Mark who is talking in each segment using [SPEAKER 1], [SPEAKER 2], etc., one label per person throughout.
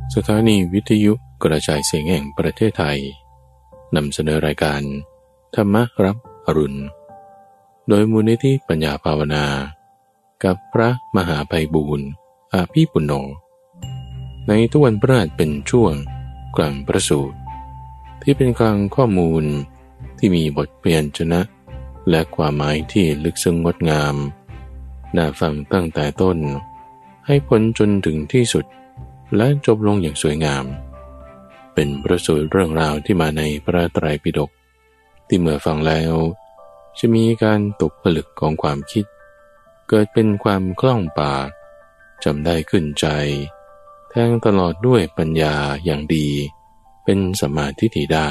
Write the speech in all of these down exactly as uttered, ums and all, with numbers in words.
[SPEAKER 1] สถานีวิทยุกระจายเสียงแห่งประเทศไทยนำเสนอรายการธรรมรับอรุณโดยมูลนิธิปัญญาภาวนากับพระมหาไพบูลย์อาภีปุณโญในทุกวันพฤหัสเป็นช่วงกลางประสูตรที่เป็นกลางข้อมูลที่มีบทเปลี่ยนชนะและความหมายที่ลึกซึ้งงดงามน่าฟังตั้งแต่ต้นให้พ้นจนถึงที่สุดและจบลงอย่างสวยงามเป็นประสูตรเรื่องราวที่มาในพระไตรปิฎกที่เมื่อฟังแล้วจะมีการตกผลึกของความคิดเกิดเป็นความคล่องปากจำได้ขึ้นใจแทงตลอดด้วยปัญญาอย่างดีเป็นสัมมาทิฏฐิได้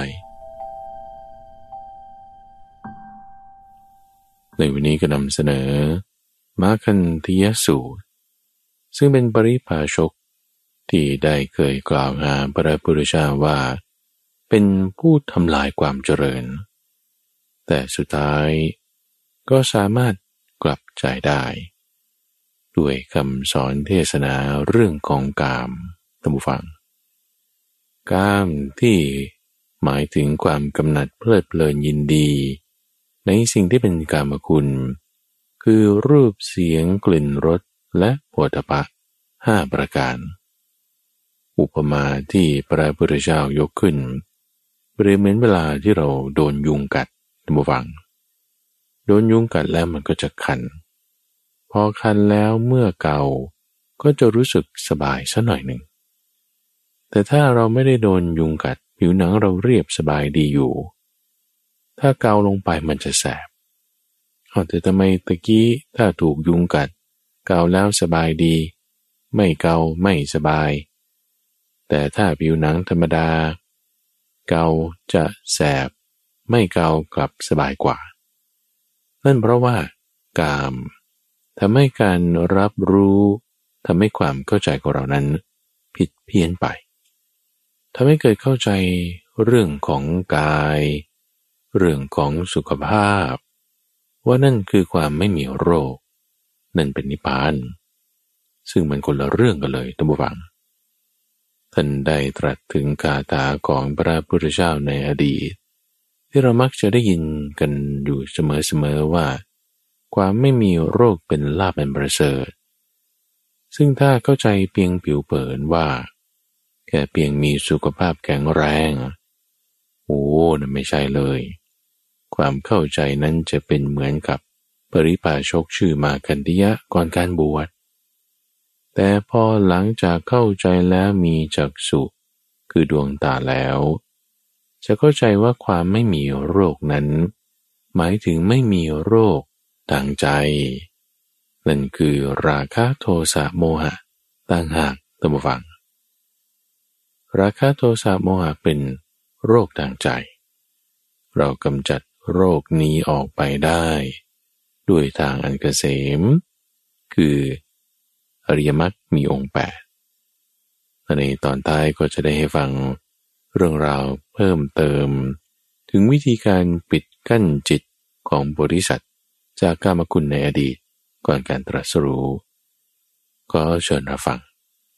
[SPEAKER 1] ในวันนี้ก็นำเสนอมาคันธยสูตรซึ่งเป็นปริภาชกที่ได้เคยกล่าวหาพระพุทธเจ้าว่าเป็นผู้ทำลายความเจริญแต่สุดท้ายก็สามารถกลับใจได้ด้วยคำสอนเทศนาเรื่องของกามท่านผู้ฟังกามที่หมายถึงความกำหนัดเพลิดเพลินยินดีในสิ่งที่เป็นกามคุณคือรูปเสียงกลิ่นรสและโผฏฐัพพะห้าประการอุปมาที่พระพุทธเจ้ายกขึ้นเปรียบเหมือนเวลาที่เราโดนยุงกัดท่านผู้ฟังโดนยุงกัดแล้วมันก็จะคันพอคันแล้วเมื่อเกาก็จะรู้สึกสบายสักหน่อยหนึ่งแต่ถ้าเราไม่ได้โดนยุงกัดผิวหนังเราเรียบสบายดีอยู่ถ้าเกาลงไปมันจะแสบเอาแต่ทำไมตะกี้ถ้าถูกยุงกัดเกาแล้วสบายดีไม่เกาไม่สบายแต่ถ้าผิวหนังธรรมดาเกาจะแสบไม่เกากลับสบายกว่านั่นเพราะว่ากามทำให้การรับรู้ทำให้ความเข้าใจของเรานั้นผิดเพี้ยนไปทำให้เกิดเข้าใจเรื่องของกายเรื่องของสุขภาพว่านั่นคือความไม่มีโรคนั่นเป็นนิพพานซึ่งมันคนละเรื่องกันเลยท่านผู้ฟังท่านได้ตรัสถึงคาถาของพระพุทธเจ้าในอดีตที่เรามักจะได้ยินกันอยู่เสมอๆว่าความไม่มีโรคเป็นลาภอันประเสริฐซึ่งถ้าเข้าใจเพียงผิวเผินว่าแค่เพียงมีสุขภาพแข็งแรงโอ้นั่นไม่ใช่เลยความเข้าใจนั้นจะเป็นเหมือนกับปริภาชกชื่อมาคันธยะก่อนการบวชแต่พอหลังจากเข้าใจแล้วมีจักษุคือดวงตาแล้วจะเข้าใจว่าความไม่มีโรคนั้นหมายถึงไม่มีโรคทางใจนั่นคือราคะโทสะโมหะต่างหากท่านผู้ฟังราคะโทสะโมหะเป็นโรคทางใจเรากำจัดโรคนี้ออกไปได้ด้วยทางอันเกษมคืออริยมรรคมีองค์แปดในตอนท้ายก็จะได้ให้ฟังเรื่องราวเพิ่มเติมถึงวิธีการปิดกั้นจิตของโพธิสัตว์จากกามคุณในอดีตก่อนการตรัสรู้ก็เชิญรับฟัง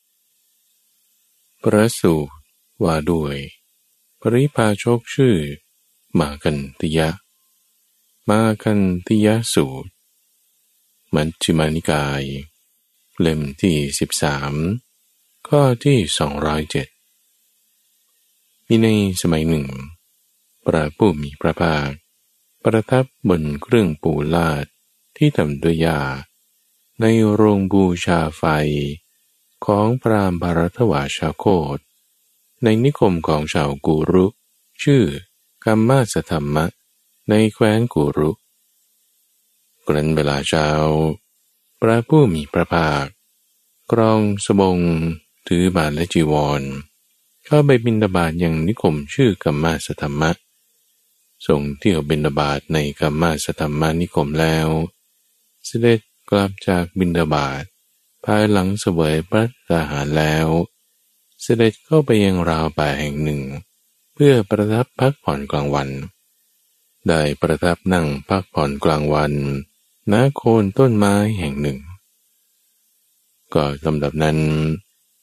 [SPEAKER 1] พระสูตรว่าด้วยปริภาชกชื่อมาคันธยะมาคันธยสูตรมัชฌิมานิกายเล่มที่สิบสามข้อที่สองร้อยเจ็ดมีในสมัยหนึ่งพระผู้มีพระภาคประทับบนเครื่องปูลาดที่ทำด้วยหญ้าในโรงบูชาไฟของพราหมณ์ภรทวาชาโคตในนิคมของชาวกูรุชื่อกัมมาสธรรมะในแคว้นกูรุกรันเวลาเช้าพระผู้มีพระภาคครองสบงถือบาทและจีวรเข้าไปบิณฑบาตยังนิคมชื่อกัมมาสธรรมะทรงเที่ยวบิณฑบาตในกัมมาสธรรมนิคมแล้วเสด็จกลับจากบิณฑบาตภายหลังเสวยพระทหารแล้วเสด็จเข้าไปยังราวป่าแห่งหนึ่งเพื่อประทับพักผ่อนกลางวันได้ประทับนั่งพักผ่อนกลางวันณโคนต้นไม้แห่งหนึ่งก็ลำดับนั้น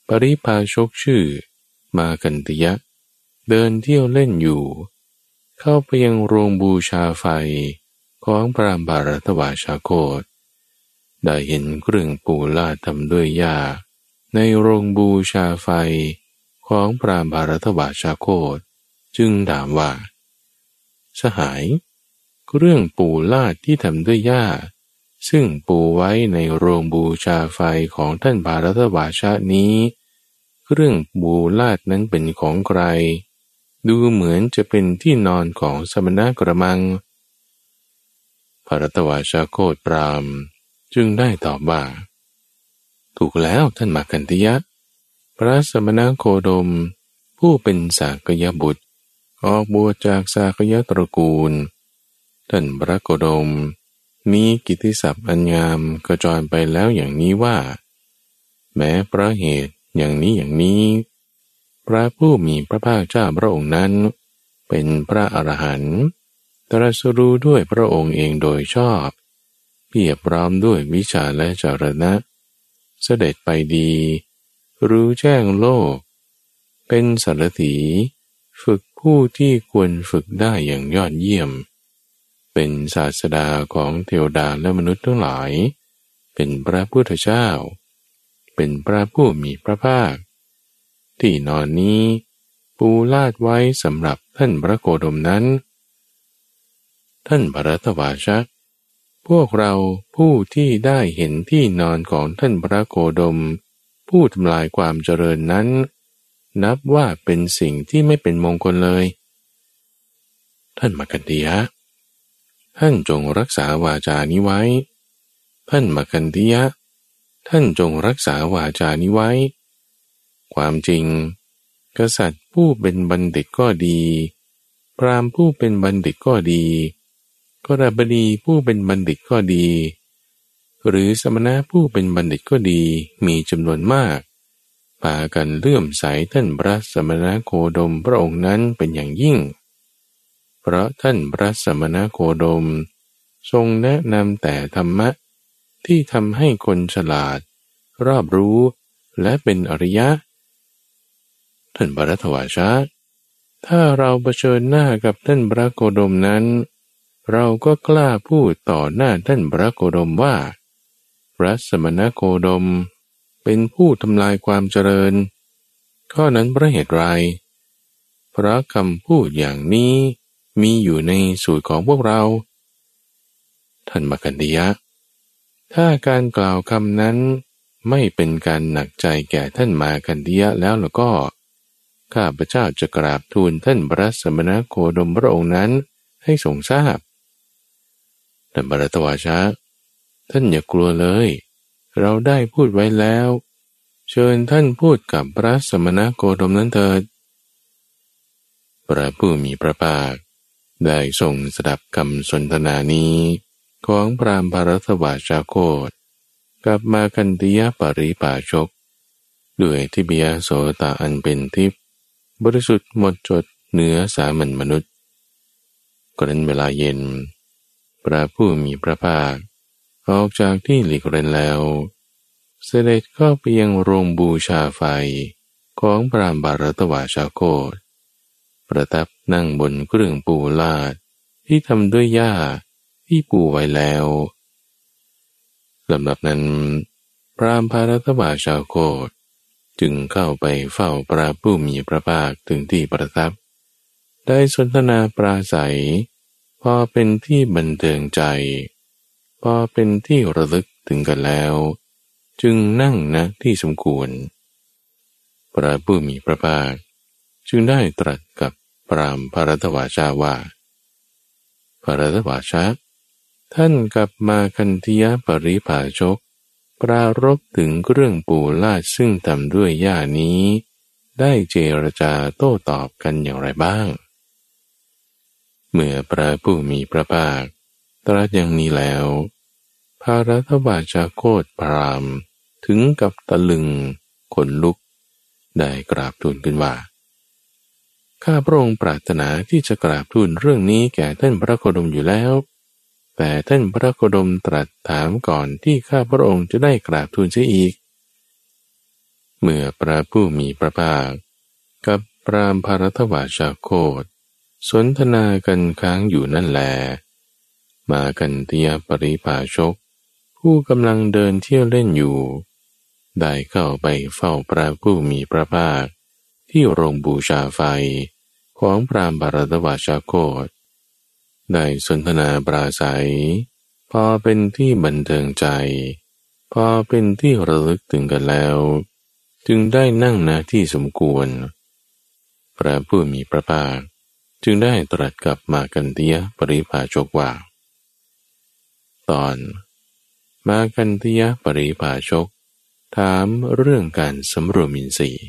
[SPEAKER 1] ปริพาชกชื่อมาคันติยะเดินเที่ยวเล่นอยู่เข้าไปยังโรงบูชาไฟของพระบารตวาชาโคตได้เห็นเครื่องปูลาดทำด้วยหญ้าในโรงบูชาไฟของพระบารตวาชาโคตจึงถามว่าสหายเครื่องปูลาดที่ทำด้วยหญ้าซึ่งปูไว้ในโรงบูชาไฟของท่านบารตวาชานี้เครื่องปูลาดนั้นเป็นของใครดูเหมือนจะเป็นที่นอนของสมณะกระมังบารตวาชาโคตปรามจึงได้ตอบว่าถูกแล้วท่านมาคันติยะพระสมณโคดมผู้เป็นสากยบุตรออกบวชจากสากยตระกูลท่านพระโคดมมีกิตติศัพท์อันงามกระจรไปแล้วอย่างนี้ว่าแม้เพราะเหตุอย่างนี้อย่างนี้พระผู้มีพระภาคเจ้าพระองค์นั้นเป็นพระอรหันต์ตรัสรู้ด้วยพระองค์เองโดยชอบเพียบพร้อมด้วยวิชาและจรณะเสด็จไปดีรู้แจ้งโลกเป็นสารถีฝึกผู้ที่ควรฝึกได้อย่างยอดเยี่ยมเป็นศาสดาของเทวดาและมนุษย์ทั้งหลายเป็นพระพุทธเจ้าเป็นพระผู้มีพระภาคที่นอนนี้ปูลาดไว้สำหรับท่านพระโคดมนั้นท่านพระตวาชะพวกเราผู้ที่ได้เห็นที่นอนของท่านพระโคดมผู้ทำลายความเจริญนั้นนับว่าเป็นสิ่งที่ไม่เป็นมงคลเลยท่านมคันติยะท่านจงรักษาวาจานี้ไว้ท่านมคันติยะท่านจงรักษาวาจานี้ไว้ความจริงกษัตริย์ผู้เป็นบัณฑิตก็ดีพราหมณ์ผู้เป็นบัณฑิตก็ดีกฤบดีผู้เป็นบัณฑิตก็ดีหรือสมณะผู้เป็นบัณฑิตก็ดีมีจำนวนมากพากันเลื่อมใสท่านพระสมณโคดมพระองค์นั้นเป็นอย่างยิ่งเพราะท่านพระสมณโคดมทรงแนะนำแต่ธรรมะที่ทำให้คนฉลาดรอบรู้และเป็นอริยะท่านพระทวาชะถ้าเราเผชิญหน้ากับท่านพระโคดมนั้นเราก็กล้าพูดต่อหน้าท่านพระโคดมว่าพระสมณโคดมเป็นผู้ทำลายความเจริญข้อนั้นเพราะเหตุไรเพราะคำพูดอย่างนี้มีอยู่ในสูตรของพวกเราท่านมคันติยะถ้าการกล่าวคำนั้นไม่เป็นการหนักใจแก่ท่านมาคันติยะแล้วแล้วก็ข้าพเจ้าจะกราบทูลท่านพระสมณโคดมพระองค์นั้นให้ทรงทราบท่านบารตวาชะท่านอย่ากลัวเลยเราได้พูดไว้แล้วเชิญท่านพูดกับพระสมณโคดมนั้นเถิดพระผู้มีพระภาคได้ทรงสดับคำสนทนานี้ของพราหมณ์บารตวาชาโคตกับมาคันติยปริภาชกด้วยทิพยโสตอันเป็นทิพย์บริสุทธิ์หมดจดเหนือสามัญมนุษย์กรันเวลาเย็นพระผู้มีพระภาคออกจากที่หลีกเร้นแล้วเสด็จเข้าไปยังโรงบูชาไฟของพราหมณ์บารตวาชาโคตประทับนั่งบนเครื่องปูลาดที่ทำด้วยหญ้าที่ปูไว้แล้วลำดับนั้นพราหมณ์บารตวาชาโคตจึงเข้าไปเฝ้าพระผู้มีพระภาคถึงที่ประทับได้สนทนาปราศัยพอเป็นที่บันเทิงใจพอเป็นที่ระลึกถึงกันแล้วจึงนั่งณที่สมควรพระผู้มีพระภาคจึงได้ตรัสกับพราหมณ์ภรตวาชาว่าภรตวาชาท่านกับมาคันธิยปริภาชกปรารภถึงเรื่องปูลาดซึ่งทำด้วยหญ้านี้ได้เจรจาโต้ตอบกันอย่างไรบ้างเมื่อพระผู้มีพระภาคตรัสอย่างนี้แล้วภรตวาชาโคตพราหมณ์ถึงกับตะลึงขนลุกได้กราบทูลขึ้นว่าข้าพระองค์ปรารถนาที่จะกราบทูลเรื่องนี้แก่ท่านพระโคดมอยู่แล้วแต่ท่านพระโคดมตรัสถามก่อนที่ข้าพระองค์จะได้กราบทูลเสียอีกเมื่อพระผู้มีพระภาคกับพราหมณ์ภรทวาชโคตสนทนากันค้างอยู่นั่นแลมากันติยปริภาชกผู้กำลังเดินเที่ยวเล่นอยู่ได้เข้าไปเฝ้าพระผู้มีพระภาคที่โรงบูชาไฟของพราหมณ์ภรทวาชโคตได้สนทนาปราศัยพอเป็นที่บันเทิงใจพอเป็นที่ระลึกถึงกันแล้วจึงได้นั่งณที่สมควรพระผู้มีพระภาคจึงได้ตรัสกับมากันติยปริภาชกว่าตอนมากันติยปริภาชกถามเรื่องการสำรวมอินทรีย์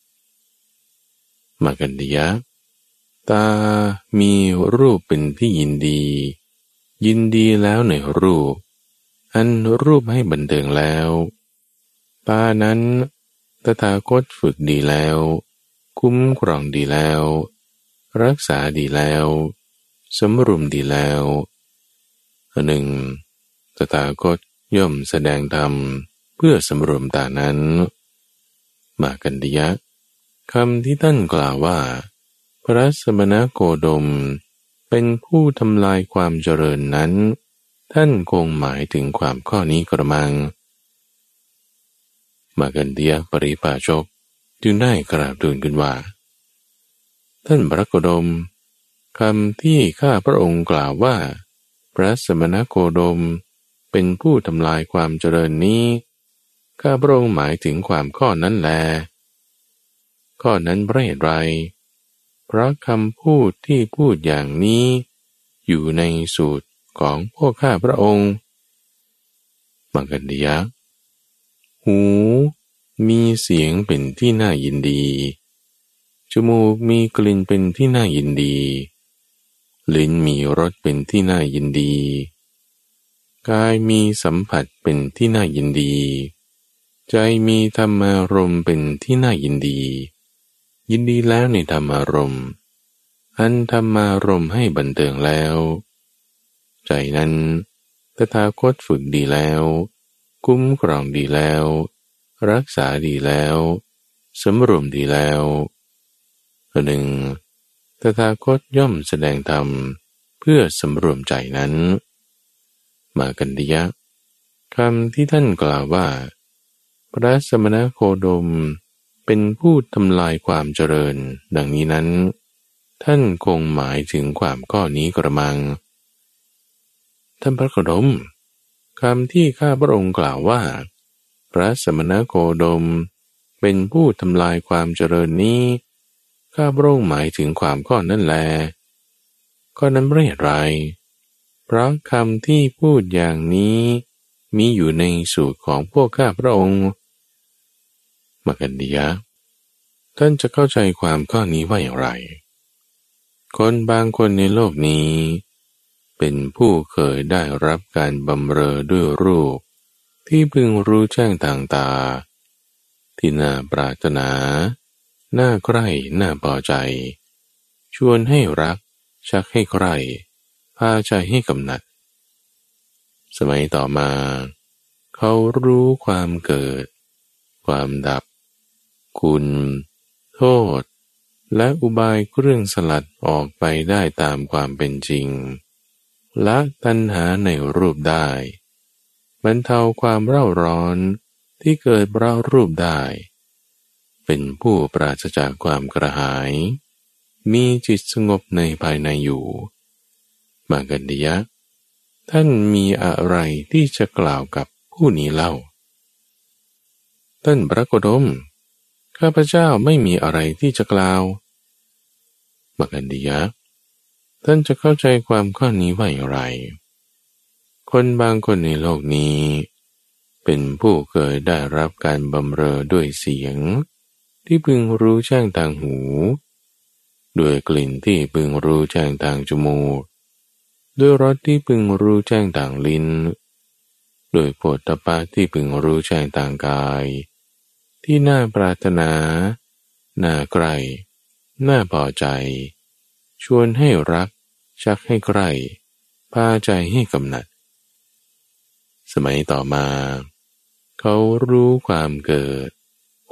[SPEAKER 1] มากันติยะตามีรูปเป็นที่ยินดียินดีแล้วในรูปอันรูปให้บันเทิงแล้วตานั้นตถาคตฝึกดีแล้วคุ้มครองดีแล้วรักษาดีแล้วสำรวมดีแล้วหนึ่งตถาคตย่อมแสดงธรรมเพื่อสำรวมตานั้นมากันติยะคำที่ท่านกล่าวว่าพระสมณโคดมเป็นผู้ทำลายความเจริญนั้นท่านคงหมายถึงความข้อนี้กระมังมากันติยปริภาชกจึงได้กราบทูลขึ้นว่าท่านพระโคดมคำที่ข้าพระองค์กล่าวว่าพระสมณโคดมเป็นผู้ทำลายความเจริญนี้ข้าพระองค์หมายถึงความข้อนั้นแลข้อนั้นเพราะเหตุไรเพราะคำพูดที่พูดอย่างนี้อยู่ในสูตรของพวกข้าพระองค์มังกันติยะหูมีเสียงเป็นที่น่ายินดีจมูกมีกลิ่นเป็นที่น่ายินดีลิ้นมีรสเป็นที่น่ายินดีกายมีสัมผัสเป็นที่น่ายินดีใจมีธรรมารมณ์เป็นที่น่ายินดียินดีแล้วในธรรมารมณ์อันธรรมารมณ์ให้บันเทิงแล้วใจนั้นตถาคตฝึกดีแล้วคุ้มครองดีแล้วรักษาดีแล้วสำรวมดีแล้วหนึ่งตถาคตย่อมแสดงธรรมเพื่อสำรวมใจนั้นมากันติยะคำที่ท่านกล่าวว่าพระสมณโคดมเป็นผู้ทำลายความเจริญดังนี้นั้นท่านคงหมายถึงความข้อนี้กระมังท่านพระโคดมคำที่ข้าพระองค์กล่าวว่าพระสมณโคดมเป็นผู้ทำลายความเจริญนี้ข้าพระองค์หมายถึงความข้อนั้นแลข้อนั้นเพราะเหตุไรเพราะคำที่พูดอย่างนี้มีอยู่ในสูตรของพวกข้าพระองค์มากันติยะท่านจะเข้าใจความข้อนี้ว่าอย่างไรคนบางคนในโลกนี้เป็นผู้เคยได้รับการบำเรอด้วยรูปที่พึงรู้แจ้งทางตาที่น่าปรารถนาน่าใคร่น่าพอใจชวนให้รักชักให้ใคร่พาใจให้กำหนัดสมัยต่อมาเขารู้ความเกิดความดับคุณโทษและอุบายเครื่องสลัดออกไปได้ตามความเป็นจริงละตัณหาในรูปได้บรรเทาความเร่าร้อนที่เกิดเพราะรูปได้เป็นผู้ปราศจากความกระหายมีจิตสงบในภายในอยู่มากันติยะท่านมีอะไรที่จะกล่าวกับผู้นี้เล่าท่านพระโคดมข้าพเจ้าไม่มีอะไรที่จะกล่าวมากันติยะท่านจะเข้าใจความข้อนี้ว่าอย่างไรคนบางคนในโลกนี้เป็นผู้เคยได้รับการบำเรอด้วยเสียงที่พึงรู้แจ้งทางหูด้วยกลิ่นที่พึงรู้แจ้งทางจมูกด้วยรสที่พึงรู้แจ้งทางลิ้นด้วยโผฏฐัพพะที่พึงรู้แจ้งทางกายที่น่าปรารถนาน่าใคร่น่าพอใจชวนให้รักชักให้ใคร่พาใจให้กำหนัดสมัยต่อมาเขารู้ความเกิด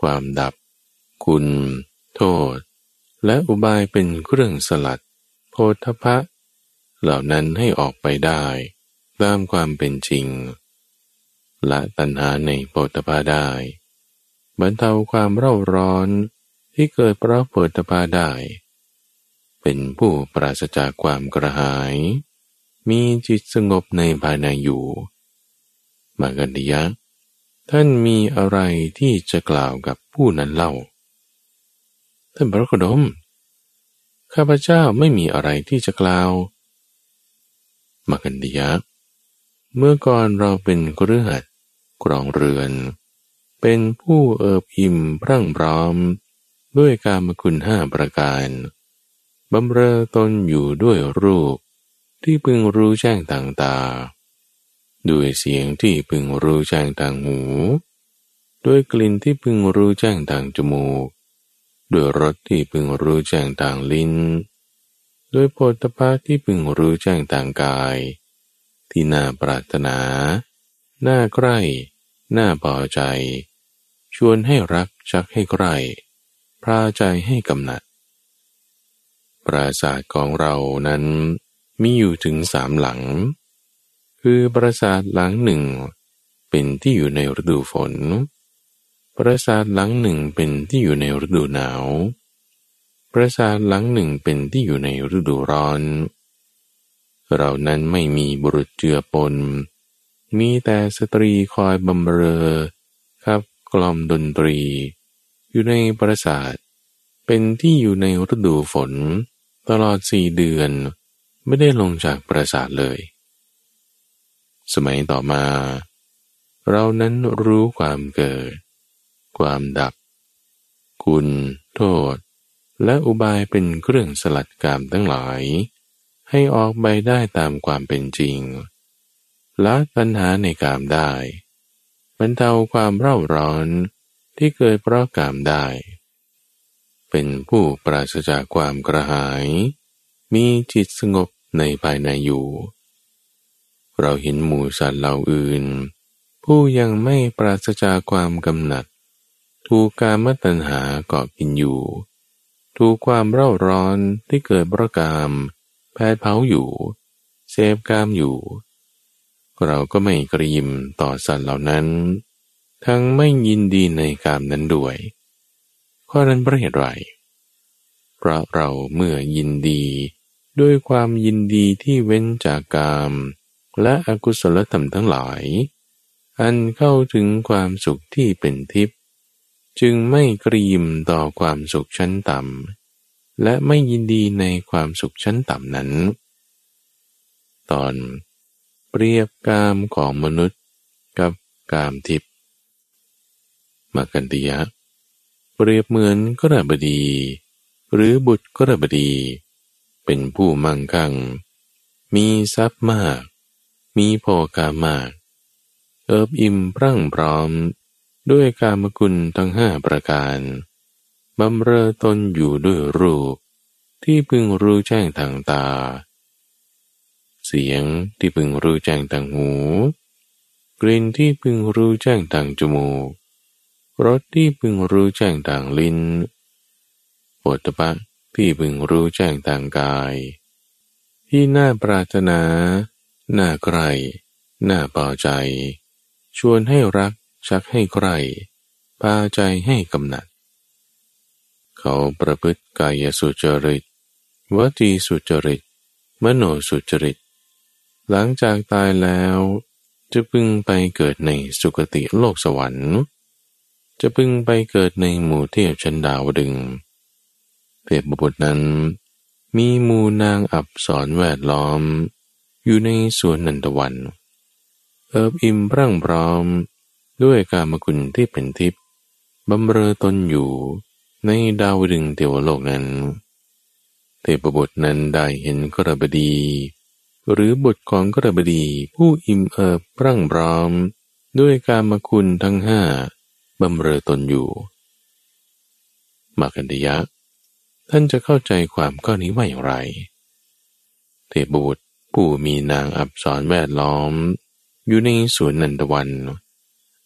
[SPEAKER 1] ความดับคุณโทษและอุบายเป็นเครื่องสลัดโพธพะเหล่านั้นให้ออกไปได้ตามความเป็นจริงละตัณหาในโพธพะได้บรรเทาความเร่าร้อนที่เกิดเพราะโพธพะได้เป็นผู้ปราศจากความกระหายมีจิตสงบในภายในอยู่มากันดิยะท่านมีอะไรที่จะกล่าวกับผู้นั้นเล่าท่านพระโคดมข้าพเจ้าไม่มีอะไรที่จะกล่าวมากันดิยะเมื่อก่อนเราเป็นเครือขัดครองเรือนเป็นผู้เอิบอิ่มพรั่งพร้อมด้วยกามคุณห้าประการบำเรอตนอยู่ด้วยรูปที่พึงรู้แจ้งต่างตาด้วยเสียงที่พึงรู้แจ้งต่างหูด้วยกลิ่นที่พึงรู้แจ้งต่างจมูกด้วยรสที่พึงรู้แจ้งต่างลิ้นด้วยโผฏฐัพพะที่พึงรู้แจ้งต่างกายที่น่าปรารถนาน่าใกล้น่าพอใจชวนให้รักชักให้ใกล้พาใจให้กำหนัดปราสาทของเรานั้นมีอยู่ถึงสามหลังคือปราสาทหลังหนึ่งเป็นที่อยู่ในฤดูฝนปราสาทหลังหนึ่งเป็นที่อยู่ในฤดูหนาวปราสาทหลังหนึ่งเป็นที่อยู่ในฤดูร้อนเรานั้นไม่มีบุรุษเจือปนมีแต่สตรีคอยบำเรอครับกล่อมดนตรีอยู่ในปราสาทเป็นที่อยู่ในฤดูฝนตลอดสี่เดือนไม่ได้ลงจากปราสาทเลยสมัยต่อมาเรานั้นรู้ความเกิดความดับคุณโทษและอุบายเป็นเครื่องสลัดกามทั้งหลายให้ออกไปได้ตามความเป็นจริงละตัณหาในกามได้บรรเทาความเร่าร้อนที่เกิดเพราะกามได้เป็นผู้ปราศจากความกระหายมีจิตสงบในภายในอยู่เราเห็นหมู่สัตว์เหล่าอื่นผู้ยังไม่ปราศจากความกำหนัดถูกกามตัณหาเกาะกินอยู่ถูกความเร่าร้อนที่เกิดเพราะกามแผดเผาอยู่เสพกามอยู่เราก็ไม่กระยิมต่อสัตว์เหล่านั้นทั้งไม่ยินดีในกามนั้นด้วยข้อนั้นเพราะเหตุไรเพราะเราเมื่อยินดีด้วยความยินดีที่เว้นจากกามและอกุศลธรรมทั้งหลายอันเข้าถึงความสุขที่เป็นทิพย์จึงไม่กระยิมต่อความสุขชั้นต่ำและไม่ยินดีในความสุขชั้นต่ำนั้นตอนเปรียบกามของมนุษย์กับกามทิพย์มากันติยะเปรียบเหมือนกฤบดีหรือบุตรกฤบดีเป็นผู้มั่งคั่งมีทรัพย์มากมีโภคามากเอิบอิ่มพรั่งพร้อมด้วยกามคุณทั้งห้าประการบำเรอตนอยู่ด้วยรูปที่พึงรู้แจ้งทางตาเสียงที่พึงรู้แจ้งทางหูกลิ่นที่พึงรู้แจ้งทางจมูกรสที่พึงรู้แจ้งทางลิ้นโผฏฐัพพะที่พึงรู้แจ้งทางกายที่น่าปรารถนาน่าใคร่น่าพอใจชวนให้รักชักให้ใคร่พาใจให้กำหนัดเขาประพฤติกายสุจริตวจีสุจริตมโนสุจริตหลังจากตายแล้วจะพึงไปเกิดในสุคติโลกสวรรค์จะพึงไปเกิดในหมู่เทพชั้นดาวดึงส์เทพบุตรนั้นมีหมู่นางอัปสรแวดล้อมอยู่ในสวนนันทวันเอิบอิ่มพรั่งพร้อมด้วยกามคุณที่เป็นทิพย์บำเรอตนอยู่ในดาวดึงส์เทวโลกนั้นเทพบุตรนั้นได้เห็นกฤบดีหรือบุตรของกฤบดีผู้อิ่มเอิบพรั่งพร้อมด้วยกามคุณทั้งห้าบำเรอตนอยู่มาคันธยะท่านจะเข้าใจความข้อนี้ว่าอย่างไรเทพบุตรผู้มีนางอัปสรแวดล้อมอยู่ในสวนนันทวัน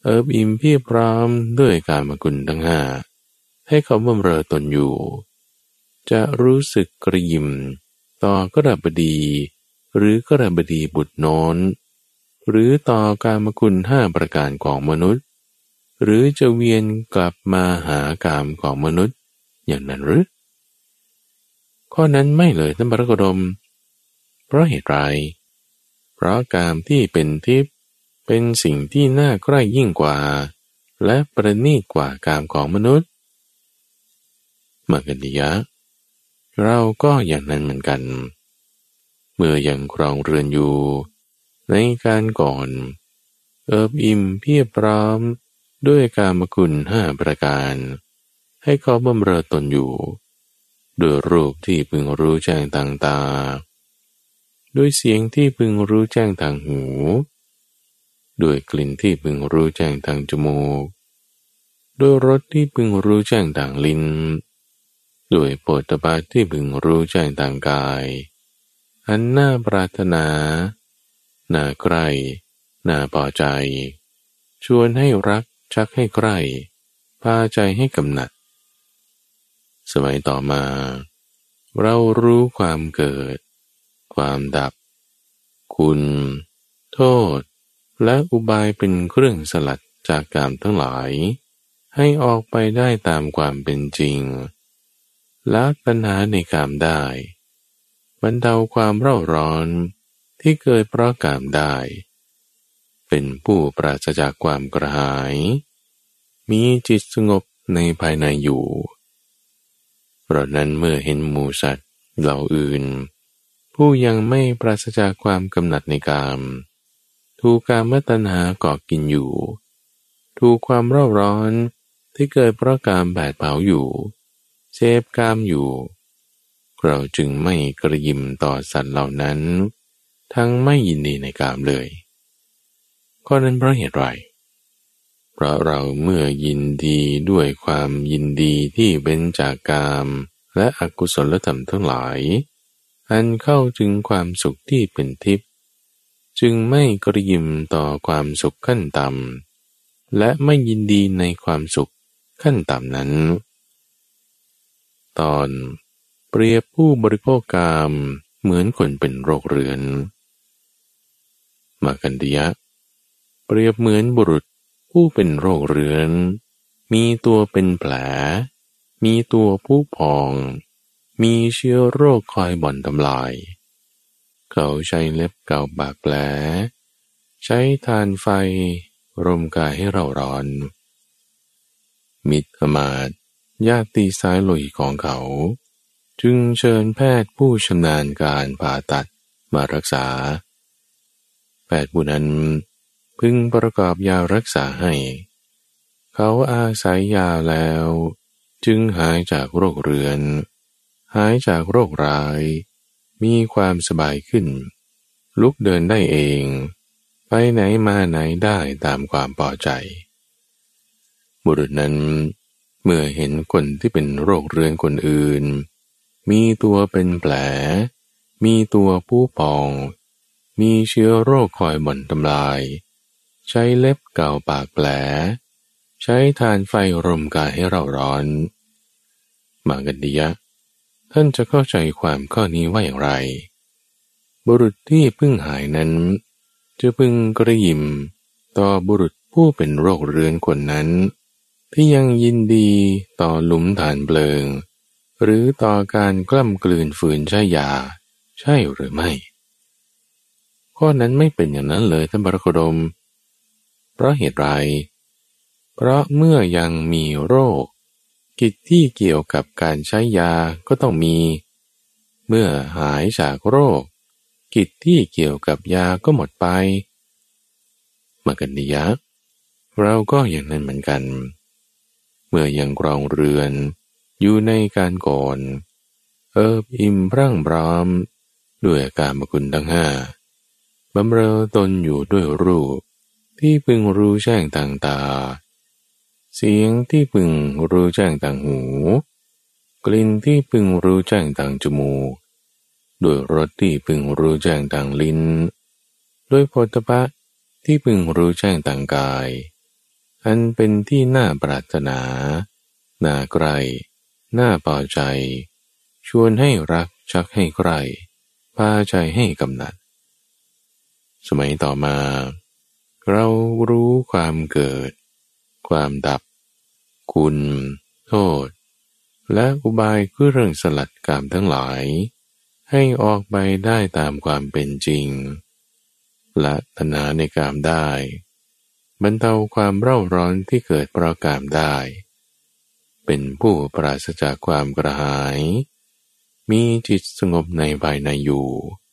[SPEAKER 1] เอิบอิ่มเพียบพร้อมด้วยกามกุลทั้งห้าให้เขาบำเรอตนอยู่จะรู้สึกกระยิมต่อกระบดีหรือกระบดีบุตรโน้นหรือต่อกามกุลห้าประการของมนุษย์หรือจะเวียนกลับมาหากามของมนุษย์อย่างนั้นหรือข้อนั้นไม่เลยท่านพระโคดมเพราะเหตุไรเพราะกามที่เป็นทิพย์เป็นสิ่งที่น่าใกล้ยิ่งกว่าและประณีตกว่ากามของมนุษย์มากันดียะเราก็อย่างนั้นเหมือนกันเมื่อยังครองเรือนอยู่ในการก่อนเอิบอิ่มเพียบพร้อมด้วยกามคุณห้าประการให้เขาบำเรอตนอยู่ด้วยรูปที่พึงรู้แจ้งทางตาด้วยเสียงที่พึงรู้แจ้งทางหูด้วยกลิ่นที่พึงรู้แจ้งทางจมูกด้วยรสที่พึงรู้แจ้งทางลิ้นด้วยโผฏฐัพพะที่พึงรู้แจ้งทางกายอันน่าปรารถนาน่าใคร่น่าพอใจชวนให้รักชักให้ใคร่พาใจให้กำหนัดสมัยต่อมาเรารู้ความเกิดความดับคุณโทษและอุบายเป็นเครื่องสลัดจากกามทั้งหลายให้ออกไปได้ตามความเป็นจริงละตัณหาในกามได้บรรเทาความเร่าร้อนที่เกิดเพราะกามได้เป็นผู้ปราศจากความกระหายมีจิตสงบในภายในอยู่เพราะนั้นเมื่อเห็นหมู่สัตว์เหล่าอื่นผู้ยังไม่ปราศจากความกำหนัดในกามถูกกามตัณหาเกาะกินอยู่ถูกความเร่าร้อนที่เกิดเพราะกามแผดเผาอยู่เสพกามอยู่เราจึงไม่กระยิมต่อสัตว์เหล่านั้นทั้งไม่ยินดีในกามเลยข้อนั้นเพราะเหตุไรเพราะเราเมื่อยินดีด้วยความยินดีที่เป็นจากกามและอกุศลธรรมทั้งหลายอันเข้าถึงความสุขที่เป็นทิพย์จึงไม่กระยิมต่อความสุขขั้นต่ำและไม่ยินดีในความสุขขั้นต่ำนั้นตอนเปรียบผู้บริโภคกามเหมือนคนเป็นโรคเรื้อนมากันติยะเปรียบเหมือนบุรุษผู้เป็นโรคเรื้อนมีตัวเป็นแผลมีตัวผู้พองมีเชื้อโรคคอยบ่อนทำลายเขาใช้เล็บเกาปากแผลใช้ทานไฟรมกายให้เราร้อนมิตรอมาตย์ญาติสายโลหิตของเขาจึงเชิญแพทย์ผู้ชำนาญการผ่าตัดมารักษาแพทย์ผู้นั้นพึงประกอบยารักษาให้เขาอาศัยยาแล้วจึงหายจากโรคเรื้อนหายจากโรคร้ายมีความสบายขึ้นลุกเดินได้เองไปไหนมาไหนได้ตามความพอใจบุรุษนั้นเมื่อเห็นคนที่เป็นโรคเรื้อนคนอื่นมีตัวเป็นแผลมีตัวผู้พองมีเชื้อโรคคอยบ่อนทำลายใช้เล็บเกาปากแผลใช้ทานไฟรมกายให้เราร้อนมากันดียะท่านจะเข้าใจความข้อนี้ว่าอย่างไรบุรุษที่เพิ่งหายนั้นจะพึงกระยิมต่อบุรุษผู้เป็นโรคเรื้อนคนนั้นที่ยังยินดีต่อหลุมฐานเปลิงหรือต่อการกล้ำกลืนฝืนใช้ยาใช่หรือไม่ข้อนั้นไม่เป็นอย่างนั้นเลยท่านพระโคดมเพราะเหตุไรเพราะเมื่อยังมีโรคกิจที่เกี่ยวกับการใช้ยาก็ต้องมีเมื่อหายจากโรคกิจที่เกี่ยวกับยาก็หมดไปมากันดียะเราก็อย่างนั้นเหมือนกันเมื่อยังครองเรือนอยู่ในการก่อนเอิบอิ่มพรั่งพร้อมด้วยกามคุณทั้งห้าบำเรอตนอยู่ด้วยรูปที่พึงรู้แจ้งทางตาเสียงที่พึงรู้แจ้งทางหูกลิ่นที่พึงรู้แจ้งทางจมูกด้วยรสที่พึงรู้แจ้งทางลิ้นด้วยโผฏฐัพพะที่พึงรู้แจ้งทางกายอันเป็นที่น่าปรารถนาน่าใคร่น่าพอใจชวนให้รักชักให้ใคร่พาใจให้กำหนัดสมัยต่อมาเรารู้ความเกิดความดับคุณโทษและอุบายคือเรื่องสลัดกามทั้งหลายให้ออกไปได้ตามความเป็นจริงละตัณหาในกามได้บรรเทาความเร่าร้อนที่เกิดเพราะกามได้เป็นผู้ปราศจากความกระหายมีจิตสงบในภายในอยู่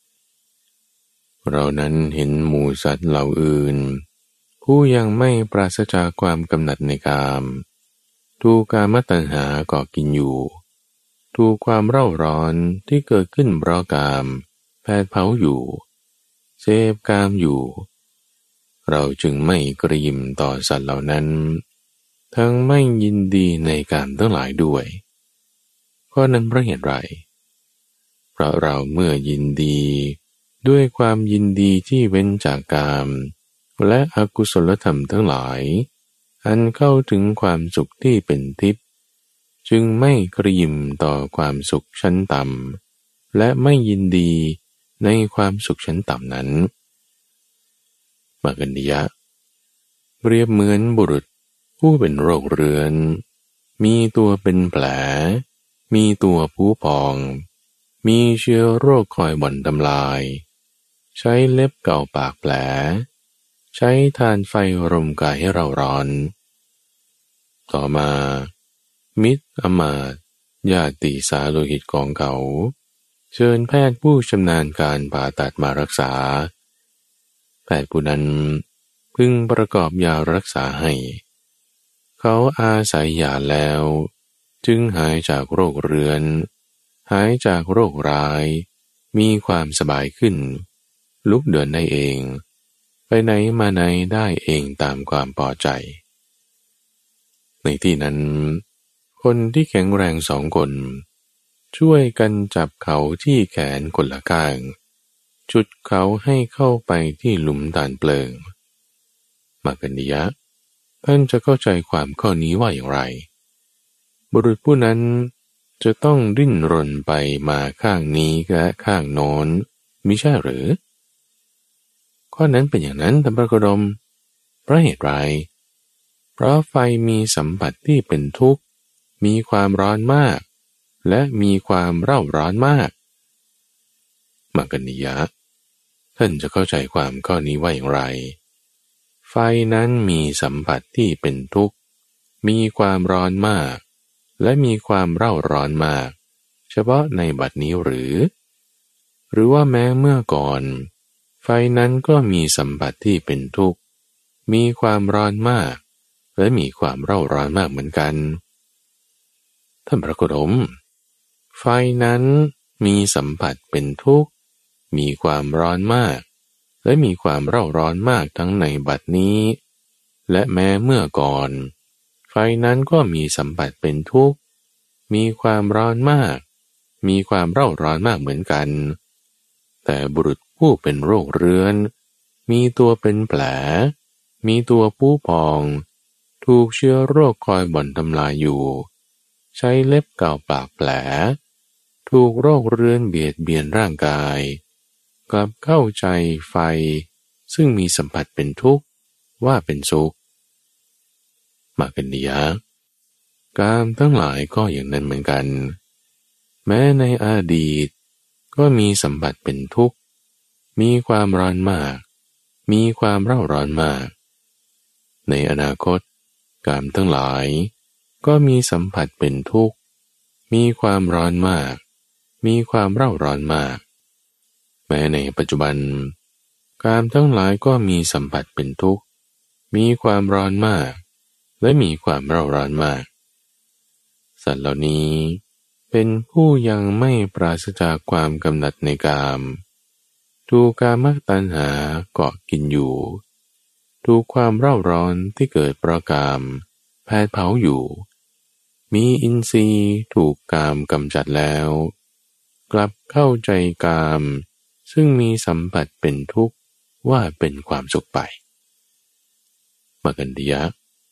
[SPEAKER 1] เรานั้นเห็นหมู่สัตว์เหล่าอื่นผู้ยังไม่ปราศจากความกำหนัดในกามถูกกามตัณหาก่อกินอยู่ถูกความเร่าร้อนที่เกิดขึ้นเพราะกามแผดเผาอยู่เสพกามอยู่เราจึงไม่กระยิมต่อสัตว์เหล่านั้นทั้งไม่ยินดีในกามทั้งหลายด้วยข้อนั้นเพราะเหตุไรเพราะเราเมื่อยินดีด้วยความยินดีที่เว้นจากกามและอกุศลธรรมทั้งหลายอันเข้าถึงความสุขที่เป็นทิพย์จึงไม่กระยิมต่อความสุขชั้นต่ำและไม่ยินดีในความสุขชั้นต่ำนั้นมากันดิยะเปรียบเหมือนบุรุษผู้เป็นโรคเรื้อนมีตัวเป็นแผลมีตัวพุพองมีเชื้อโรคคอยบ่อนทำลายใช้เล็บเก่าปากแผลใช้ทานไฟรมกายให้เราร้อนต่อมามิตรอมาตย์ญาติสาโลหิตกองเขาเชิญแพทย์ผู้ชำนาญการผ่าตัดมารักษาแพทย์ผู้นั้นพึงประกอบยารักษาให้เขาอาศัยยาแล้วจึงหายจากโรคเรื้อนหายจากโรคร้ายมีความสบายขึ้นลุกเดินได้เองไปไหนมาไหนได้เองตามความพอใจในที่นั้นคนที่แข็งแรงสองคนช่วยกันจับเขาที่แขนคนละข้างจุดเขาให้เข้าไปที่หลุมฐานเปลิงมากันดิยะท่านจะเข้าใจความข้อนี้ว่าอย่างไรบุรุษผู้นั้นจะต้องดิ้นรนไปมาข้างนี้และข้างโน้นมิใช่หรือข้อนั้นเป็นอย่างนั้นท่านพระโคดมเพราะเหตุไรเพราะไฟมีสัมผัสที่เป็นทุกข์มีความร้อนมากและมีความเร่าร้อนมากมากันนิยะท่านจะเข้าใจความข้อนี้ว่าอย่างไรไฟนั้นมีสัมผัสที่เป็นทุกข์มีความร้อนมากและมีความเร่าร้อนมากเฉพาะในบัดนี้หรือหรือว่าแม้เมื่อก่อนไฟนั้นก็มีสัมผัสที่เป็นทุกข์มีความร้อนมากและมีความเร่าร้อนมากเหมือนกันท่านพระโคดมไฟนั้นมีสัมผัสเป็นทุกข์มีความร้อนมากและมีความเร่าร้อนมากทั้งในบัดนี้และแม้เมื่อก่อนไฟนั้นก็มีสัมผัสเป็นทุกข์มีความร้อนมากมีความเร่าร้อนมากเหมือนกันแต่บุรุษผู้เป็นโรคเรื้อนมีตัวเป็นแผลมีตัวพุพองถูกเชื้อโรคคอยบ่อนทำลายอยู่ใช้เล็บเก่าปากแผลถูกโรคเรื้อนเบียดเบียนร่างกายกลับเข้าใจไฟซึ่งมีสัมผัสเป็นทุกข์ว่าเป็นสุขมากันดียะกามทั้งหลายก็อย่างนั้นเหมือนกันแม้ในอดีตก็มีสัมผัสเป็นทุกข์มีความร้อนมากมีความเร่าร้อนมากในอนาคตกามทั้งหลายก็มีสัมผัสเป็นทุกข์มีความร้อนมากมีความเร่าร้อนมากแม้ในปัจจุบันกามทั้งหลายก็มีสัมผัสเป็นทุกข์มีความร้อนมากและมีความเร่าร้อนมากสัตว์เหล่านี้เป็นผู้ยังไม่ปราศจากความกำหนัดในกามถูกกามตัณหาเกาะกินอยู่ถูกความเร่าร้อนที่เกิดเพราะกามแผดเผาอยู่มีอินทรีย์ถูกกามกำจัดแล้วกลับเข้าใจกามซึ่งมีสัมผัสเป็นทุกข์ว่าเป็นความสุขไปมากันดียะ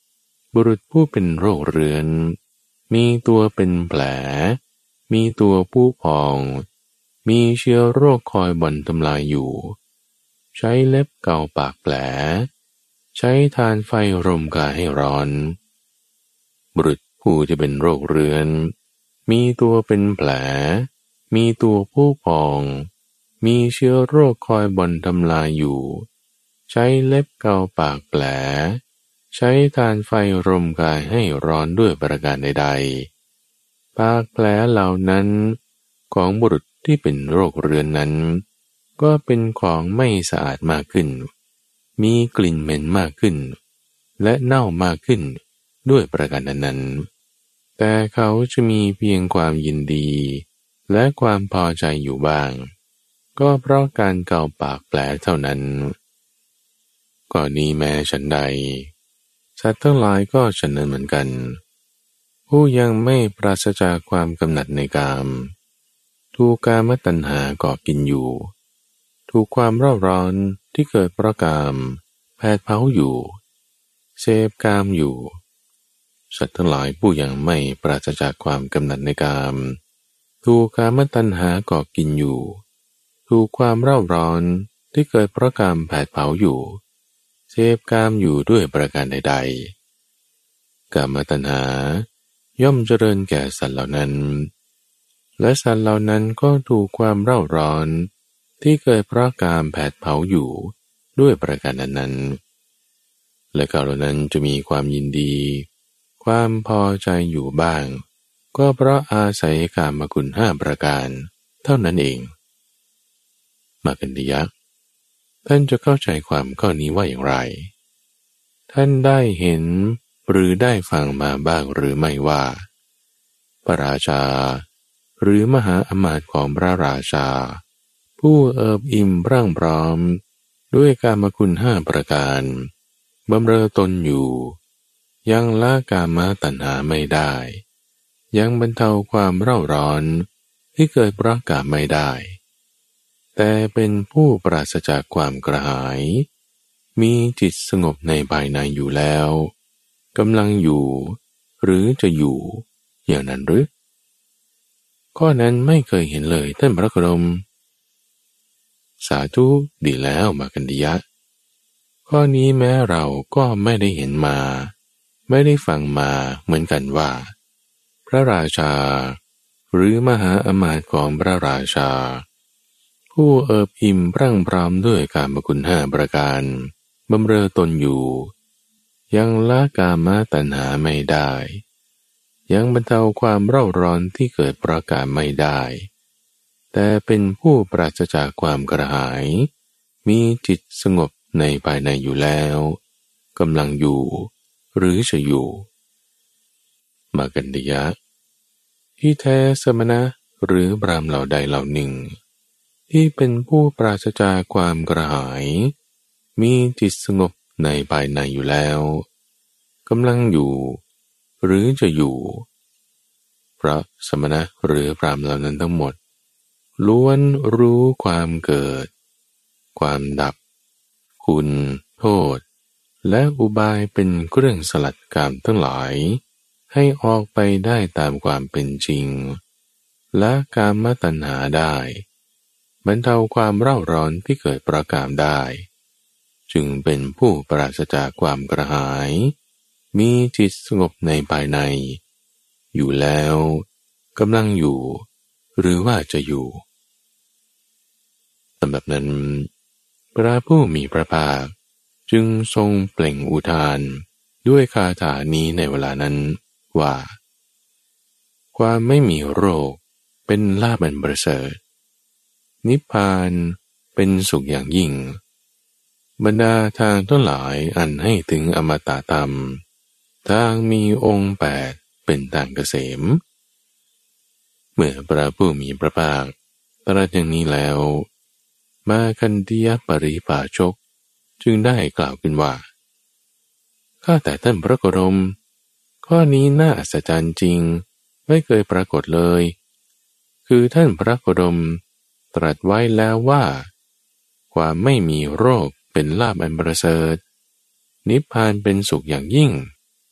[SPEAKER 1] บุรุษผู้เป็นโรคเรื้อนมีตัวเป็นแผลมีตัวผู้พองมีเชื้อโรคคอยบ่อนทำลายอยู่ใช้เล็บเกาปากแผลใช้ทานไฟรมกายให้ร้อนบุรุษผู้ที่เป็นโรคเรื้อนมีตัวเป็นแผลมีตัวผู้พองมีเชื้อโรคคอยบ่อนทำลายอยู่ใช้เล็บเกาปากแผลใช้ทานไฟรมกายให้ร้อนด้วยประการใดๆปากแผลเหล่านั้นของบุรุษที่เป็นโรคเรื้อนนั้นก็เป็นของไม่สะอาดมากขึ้นมีกลิ่นเหม็นมากขึ้นและเน่ามากขึ้นด้วยประการนั้นแต่เขาจะมีเพียงความยินดีและความพอใจอยู่บ้างก็เพราะการเกาปากแผลเท่านั้นก็นี้แม้ฉันใดสัตว์ทั้งหลายก็ฉะนั้นเหมือนกันผู้ยังไม่ปราศจากความกำหนัดในกามถูกกามตัณหาก่อกินอยู่ถูกความเร่าร้อนที่เกิดเพราะกามแผดเผาอยู่เสพกามอยู่สัตว์ทั้งหลายผู้ยังไม่ปราศจากความกำหนัดในกามถูกกามตัณหาก่อกินอยู่ถูกความเร่าร้อนที่เกิดเพราะกามแผดเผาอยู่เสพกามอยู่ด้วยประการใดๆกามตัณหาย่อมเจริญแก่สัตว์เหล่านั้นและสัตว์เหล่านั้นก็ถูกความเร่าร้อนที่เกิดเพราะกามแผดเผาอยู่ด้วยประการนั้นๆและเขาเหล่านั้นจะมีความยินดีความพอใจอยู่บ้างก็เพราะอาศัยกามคุณห้าประการเท่านั้นเองมากันดียักษ์ท่านจะเข้าใจความข้อนี้ว่าอย่างไรท่านได้เห็นหรือได้ฟังมาบ้างหรือไม่ว่าพระราชาหรือมหาอมาตย์ของพระราชาผู้เอิบอิ่มพรั่งพร้อมด้วยกามคุณห้าประการบำเรอตนอยู่ยังละกามตัณหาไม่ได้ยังบรรเทาความเร่าร้อนที่เกิดเพราะกามไม่ได้แต่เป็นผู้ปราศจากความกระหายมีจิตสงบในภายในอยู่แล้วกำลังอยู่หรือจะอยู่อย่างนั้นหรือข้อนั้นไม่เคยเห็นเลยท่านพระโคดมสาธุดีแล้วมากันดียะข้อนี้แม้เราก็ไม่ได้เห็นมาไม่ได้ฟังมาเหมือนกันว่าพระราชาหรือมหาอมาตย์ของพระราชาผู้เอิบอิ่มพรั่งพร้อมด้วยกามคุณห้าประการบำเรอตนอยู่ยังละกามตัณหาไม่ได้ยังบรรเทาความเร่าร้อนที่เกิดเพราะกามไม่ได้แต่เป็นผู้ปราศจากความกระหายมีจิตสงบในภายในอยู่แล้วกำลังอยู่หรือจะอยู่มากันดียะที่แท้สมณะหรือพราหมณ์เหล่าใดเหล่าหนึ่งที่เป็นผู้ปราศจากความกระหายมีจิตสงบในภายในอยู่แล้วกำลังอยู่หรือจะอยู่เพราะสมณะหรือพราหมณ์เหล่านั้นทั้งหมดล้วนรู้ความเกิดความดับคุณโทษและอุบายเป็นเครื่องสลัดกามทั้งหลายให้ออกไปได้ตามความเป็นจริงและกามตัณหาได้บรรเทาความเร่าร้อนที่เกิดประกามได้จึงเป็นผู้ปราศจากความกระหายมีจิตสงบในภายในอยู่แล้วกำลังอยู่หรือว่าจะอยู่สำหรับนั้นพระผู้มีพระภาคจึงทรงเปล่งอุทานด้วยคาถานี้ในเวลานั้นว่าความไม่มีโรคเป็นลาภอันประเสริฐนิพพานเป็นสุขอย่างยิ่งบรรดาทางทั้งหลายอันให้ถึงอมตะธรรมทางมีองค์แปดเป็นทางเกษมเมื่อพระผู้มีพระภาคตรัสอย่างนี้แล้วมาคันธียปริภาชกจึงได้กล่าวขึ้นว่าข้าแต่ท่านพระโคดมข้อนี้น่าอัศจรรย์จริงไม่เคยปรากฏเลยคือท่านพระโคดมตรัสไว้แล้วว่าความไม่มีโรคเป็นลาภอันประเสริฐนิพพานเป็นสุขอย่างยิ่ง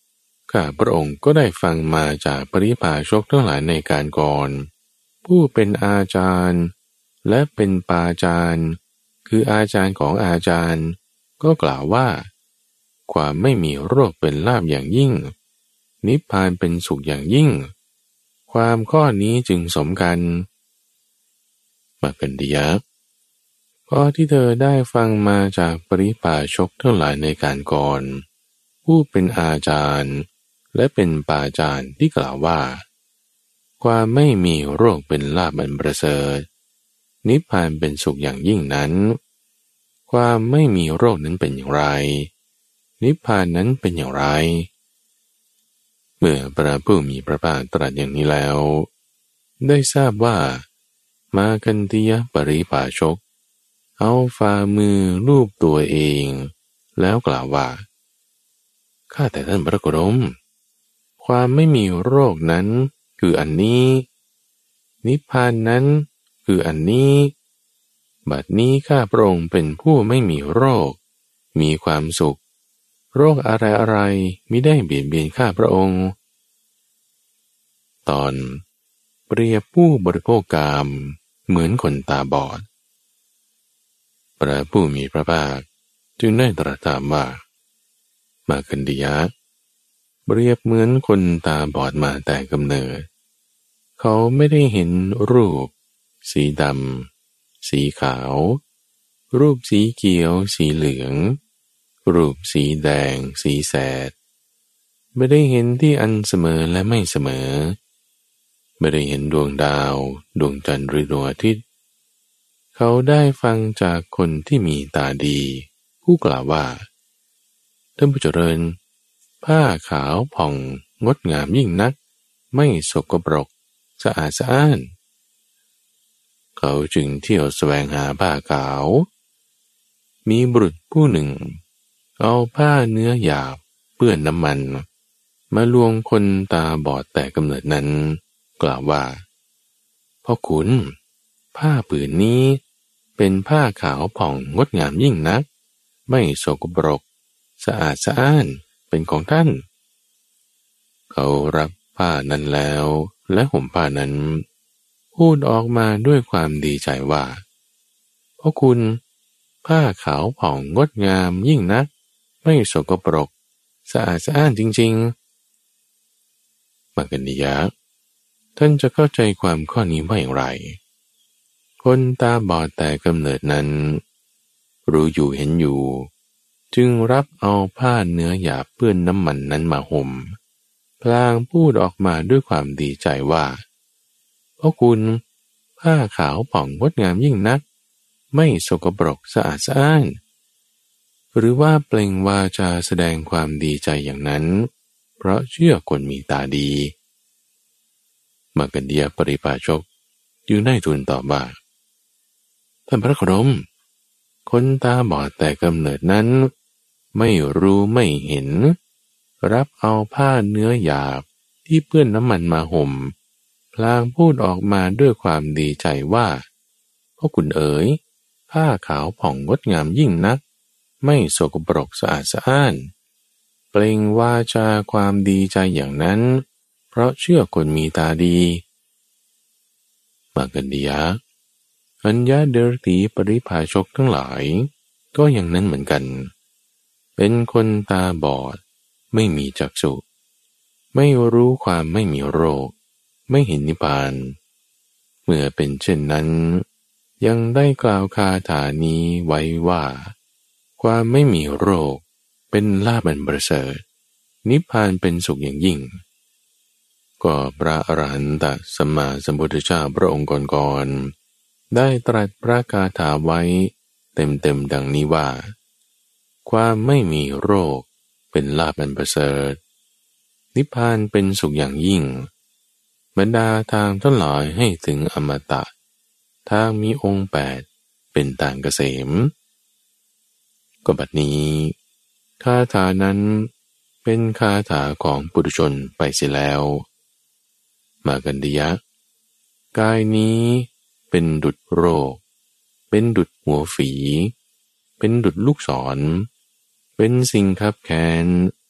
[SPEAKER 1] ข้าพระองค์ก็ได้ฟังมาจากปริพาชกทั้งหลายในการก่อนผู้เป็นอาจารย์และเป็นปาจารย์คืออาจารย์ของอาจารย์ก็กล่าวว่าความไม่มีโรคเป็นลาภอย่างยิ่งนิพพานเป็นสุขอย่างยิ่งความข้อนี้จึงสมกันมากันดียะข้อที่เธอได้ฟังมาจากปริพาชกทั้งหลายในการก่อนผู้เป็นอาจารย์และเป็นปาจารย์ที่กล่าวว่าความไม่มีโรคเป็นลาภอันประเสริฐนิพพานเป็นสุขอย่างยิ่งนั้นความไม่มีโรคนั้นเป็นอย่างไรนิพพานนั้นเป็นอย่างไรเมื่อพระผู้มีพระภาคตรัสอย่างนี้แล้วได้ทราบว่ามาคันธียปริภาชกเอาฝ่ามือลูบตัวเองแล้วกล่าวว่าข้าแต่ท่านพระโคดมความไม่มีโรคนั้นคืออันนี้นิพพานนั้นคืออันนี้บัดนี้ข้าพระองค์เป็นผู้ไม่มีโรคมีความสุขโรคอะไรอะไรมิได้เบียดเบียนข้าพระองค์ตอนเปรียบผู้บริโภคกามเหมือนคนตาบอดพระผู้มีพระภาคจึงได้ตรัสถามว่ามาคันธียะเปรียบเหมือนคนตาบอดมาแต่กำเนิดเขาไม่ได้เห็นรูปสีดำสีขาวรูปสีเขียวสีเหลืองรูปสีแดงสีแสดไม่ได้เห็นที่อันเสมอและไม่เสมอไม่ได้เห็นดวงดาวดวงจันทร์หรือดวงอาทิตย์เขาได้ฟังจากคนที่มีตาดีผู้กล่าวว่าท่านผู้เจริญผ้าขาวผ่องงดงามยิ่งนักไม่สกปรกสะอาดสะอ้านเขาจึงเที่ยวแสวงหาผ้าขาวมีบุรุษผู้หนึ่งเอาผ้าเนื้อหยาบเปื้อนน้ำมันมาลวงคนตาบอดแต่กำเนิดนั้นกล่าวว่าพ่อขุนผ้าผืนนี้เป็นผ้าขาวผ่องงดงามยิ่งนักไม่สกปรกสะอาดสะอ้านเป็นของท่านเขารับผ้านั้นแล้วและห่มผ้านั้นพูดออกมาด้วยความดีใจว่าพ่อคุณผ้าขาวผ่องงดงามยิ่งนักไม่สกปรกสะอาดสะอ้านจริงๆมากันดียะท่านจะเข้าใจความข้อนี้ว่าอย่างไรคนตาบอดแต่กำเนิดนั้นรู้อยู่เห็นอยู่จึงรับเอาผ้าเนื้อหยาบเปื้อนน้ำมันนั้นมาห่มพลางพูดออกมาด้วยความดีใจว่าพ่อคุณผ้าขาวผ่องงดงามยิ่งนักไม่สกปรกสะอาดสะอ้านหรือว่าเปล่งวาจาแสดงความดีใจอย่างนั้นเพราะเชื่อคนมีตาดีมากันเดียปริภาชกจึงได้ทูลตอบว่าท่านพระโคดมคนตาบอดแต่กำเนิดนั้นไม่รู้ไม่เห็นรับเอาผ้าเนื้อหยาบที่เปื้อนน้ำมันมาห่มพลางพูดออกมาด้วยความดีใจว่าพ่อคุณเอ๋ยผ้าขาวผ่องงดงามยิ่งนักไม่สกปรกสะอาดสะอ้านเปล่งวาจาความดีใจอย่างนั้นเพราะเชื่อคนมีตาดีมากันดียะอัญญาเดรถีปริภาชกทั้งหลายก็อย่างนั้นเหมือนกันเป็นคนตาบอดไม่มีจักษุไม่รู้ความไม่มีโรคไม่เห็นนิพพานเมื่อเป็นเช่นนั้นยังได้กล่าวคาถานี้ไว้ว่าความไม่มีโรคเป็นลาภอันประเสริฐนิพพานเป็นสุขอย่างยิ่งก็พระอรหันตสัมมาสัมพุทธเจ้าพระองค์ก่อนๆได้ตรัสพระคาถาไว้เต็มๆดังนี้ว่าความไม่มีโรคเป็นลาภอันประเสริฐนิพพานเป็นสุขอย่างยิ่งบรรดาทางทั้งหลายให้ถึงอมตะทางมีองค์แปดเป็นทางเกษมก็บัดนี้คาถานั้นเป็นคาถาของปุถุชนไปเสียแล้วมากันดียะกายนี้เป็นดุจโรคเป็นดุจหัวฝีเป็นดุจลูกศรเป็นสิ่งคับแค้น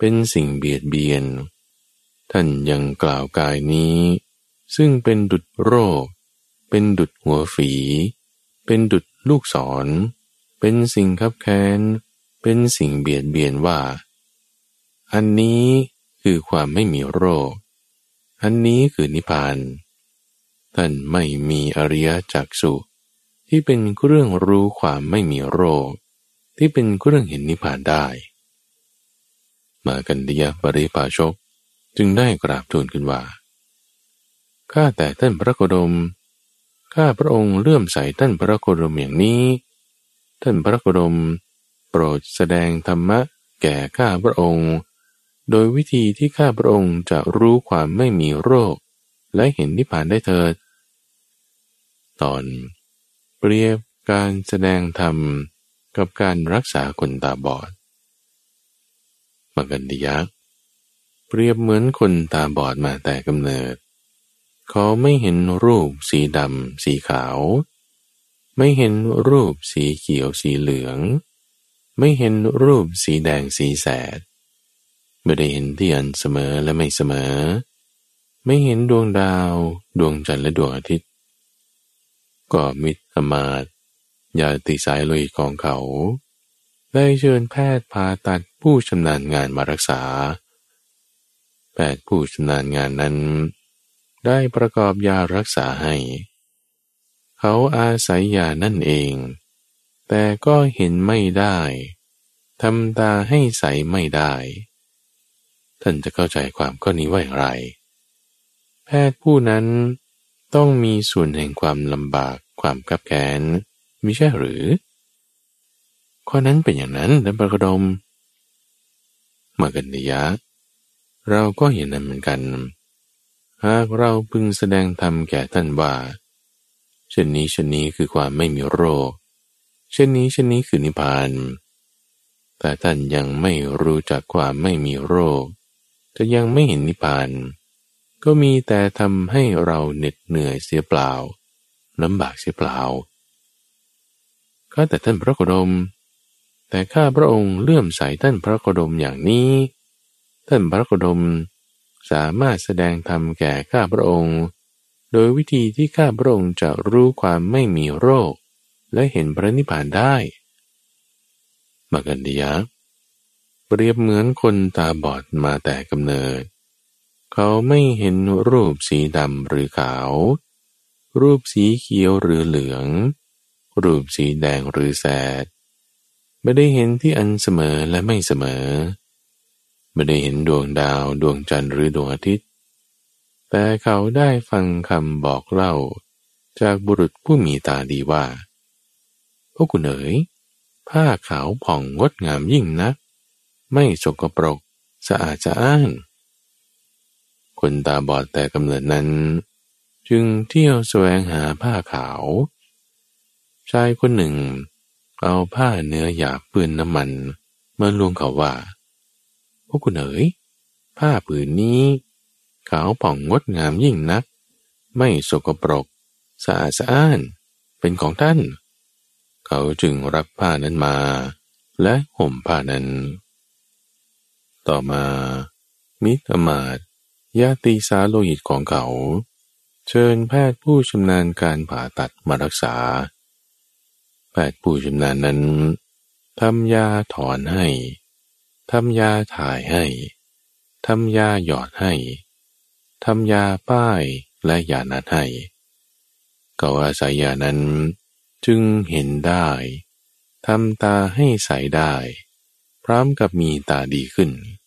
[SPEAKER 1] เป็นสิ่งเบียดเบียนท่านยังกล่าวกายนี้ซึ่งเป็นดุจโรคเป็นดุจหัวฝีเป็นดุจลูกศรเป็นสิ่งคับแค้นเป็นสิ่งเบียดเบียนว่าอันนี้คือความไม่มีโรคอันนี้คือนิพพานท่านไม่มีอริยจักษุที่เป็นเครื่องรู้ความไม่มีโรคที่เป็นเครื่องเห็นนิพพานได้มากันดิยปริภาชกจึงได้กราบทูลขึ้นว่าข้าแต่ท่านพระโคดมข้าพระองค์เลื่อมใสท่านพระโคดมอย่างนี้ท่านพระโคดมโปรดแสดงธรรมะแก่ข้าพระองค์โดยวิธีที่ข้าพระองค์จะรู้ความไม่มีโรคและเห็นนิพพานได้เถิดตอนเปรียบการแสดงธรรมกับการรักษาคนตาบอดมากันดิยะเปรียบเหมือนคนตาบอดมาแต่กำเนิดเขาไม่เห็นรูปสีดำสีขาวไม่เห็นรูปสีเขียวสีเหลืองไม่เห็นรูปสีแดงสีแสดไม่ได้เห็นที่อันเสมอและไม่เสมอไม่เห็นดวงดาวดวงจันทร์และดวงอาทิตย์ก็มิตรอมาตย์ญาติสายโลหิตของเขาได้เชิญแพทย์ผ่าตัดผู้ชำนาญงานมารักษาแพทย์ผู้ชำนาญงานนั้นได้ประกอบยารักษาให้เขาอาศัยยานั่นเองแต่ก็เห็นไม่ได้ทำตาให้ใสไม่ได้ท่านจะเข้าใจความข้อนี้ว่าอย่างไรแพทย์ผู้นั้นต้องมีส่วนแห่งความลำบากความคับแค้นมิใช่หรือข้อนั้นเป็นอย่างนั้นท่านพระโคดมมากันดิยะเราก็เห็นนั้นเหมือนกันหากเราพึงแสดงธรรมแก่ท่านว่าเช่นนี้เช่นนี้คือความไม่มีโรคเช่นนี้เช่นนี้คือนิพพานแต่ท่านยังไม่รู้จักความไม่มีโรคจะยังไม่เห็นนิพพานก็มีแต่ทำให้เราเหน็ดเหนื่อยเสียเปล่าลำบากเสียเปล่าข้าแต่ท่านพระโคดมแต่ข้าพระองค์เลื่อมใสท่านพระโคดมอย่างนี้ท่านพระโคดมสามารถแสดงธรรมแก่ข้าพระองค์โดยวิธีที่ข้าพระองค์จะรู้ความไม่มีโรคและเห็นพระนิพพานได้มากันดิยะเปรียบเหมือนคนตาบอดมาแต่กำเนิดเขาไม่เห็นรูปสีดำหรือขาวรูปสีเขียวหรือเหลืองรูปสีแดงหรือแสดไม่ได้เห็นที่อันเสมอและไม่เสมอไม่ได้เห็นดวงดาวดวงจันทร์หรือดวงอาทิตย์แต่เขาได้ฟังคำบอกเล่าจากบุรุษผู้มีตาดีว่าพวกคุณเอ๋ยผ้าขาวผ่องงดงามยิ่งนักไม่สกปรกสะอาดสะอ้านคนตาบอดแต่กำเนิดนั้นจึงเที่ยวแสวงหาผ้าขาวชายคนหนึ่งเอาผ้าเนื้อหยาบเปื้อนน้ำมันมาลวงเขาว่าพวกคุณเอ๋ยผ้าผืนนี้ขาวผ่องงดงามยิ่งนักไม่สกปรกสะอาดสะอ้านเป็นของท่านเขาจึงรับผ้านั้นมาและห่มผ้านั้นต่อมามิตรอมาตย์ญาติสาโลหิตของเขาเชิญแพทย์ผู้ชำนาญการผ่าตัดมารักษาแพทย์ผู้ชำนาญนั้นทำยาถอนให้ทำยาถ่ายให้ทำยาหยอดให้ทำยาป้ายและยานัดให้เขาอาศัยยานั้นจึงเห็นได้ทำตาให้ใสได้พร้อมกับมีตาดีขึ้น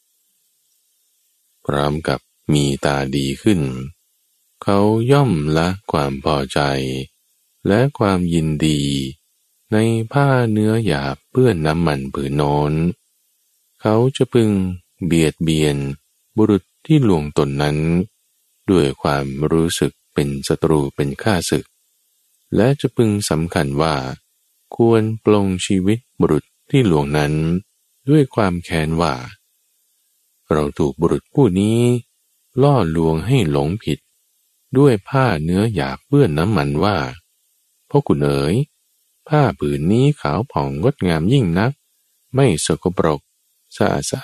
[SPEAKER 1] พร้อมกับมีตาดีขึ้นเขาย่อมละความพอใจและความยินดีในผ้าเนื้อหยาบเปื้อนน้ำมันผืนโน้นเขาจะพึงเบียดเบียนบุรุษที่ลวงตนนั้นด้วยความรู้สึกเป็นศัตรูเป็นข้าศึกและจะพึงสำคัญว่าควรปลงชีวิตบุรุษที่ลวงนั้นด้วยความแค้นว่าเราถูกบุรุษผู้นี้ล่อลวงให้หลงผิดด้วยผ้าเนื้อหยาบเปื้อนน้ำมันว่าพ่อคุณเอ๋ยผ้าผืนนี้ขาวผ่องงดงามยิ่งนักไม่สกปรกสะอาดสะอ้าน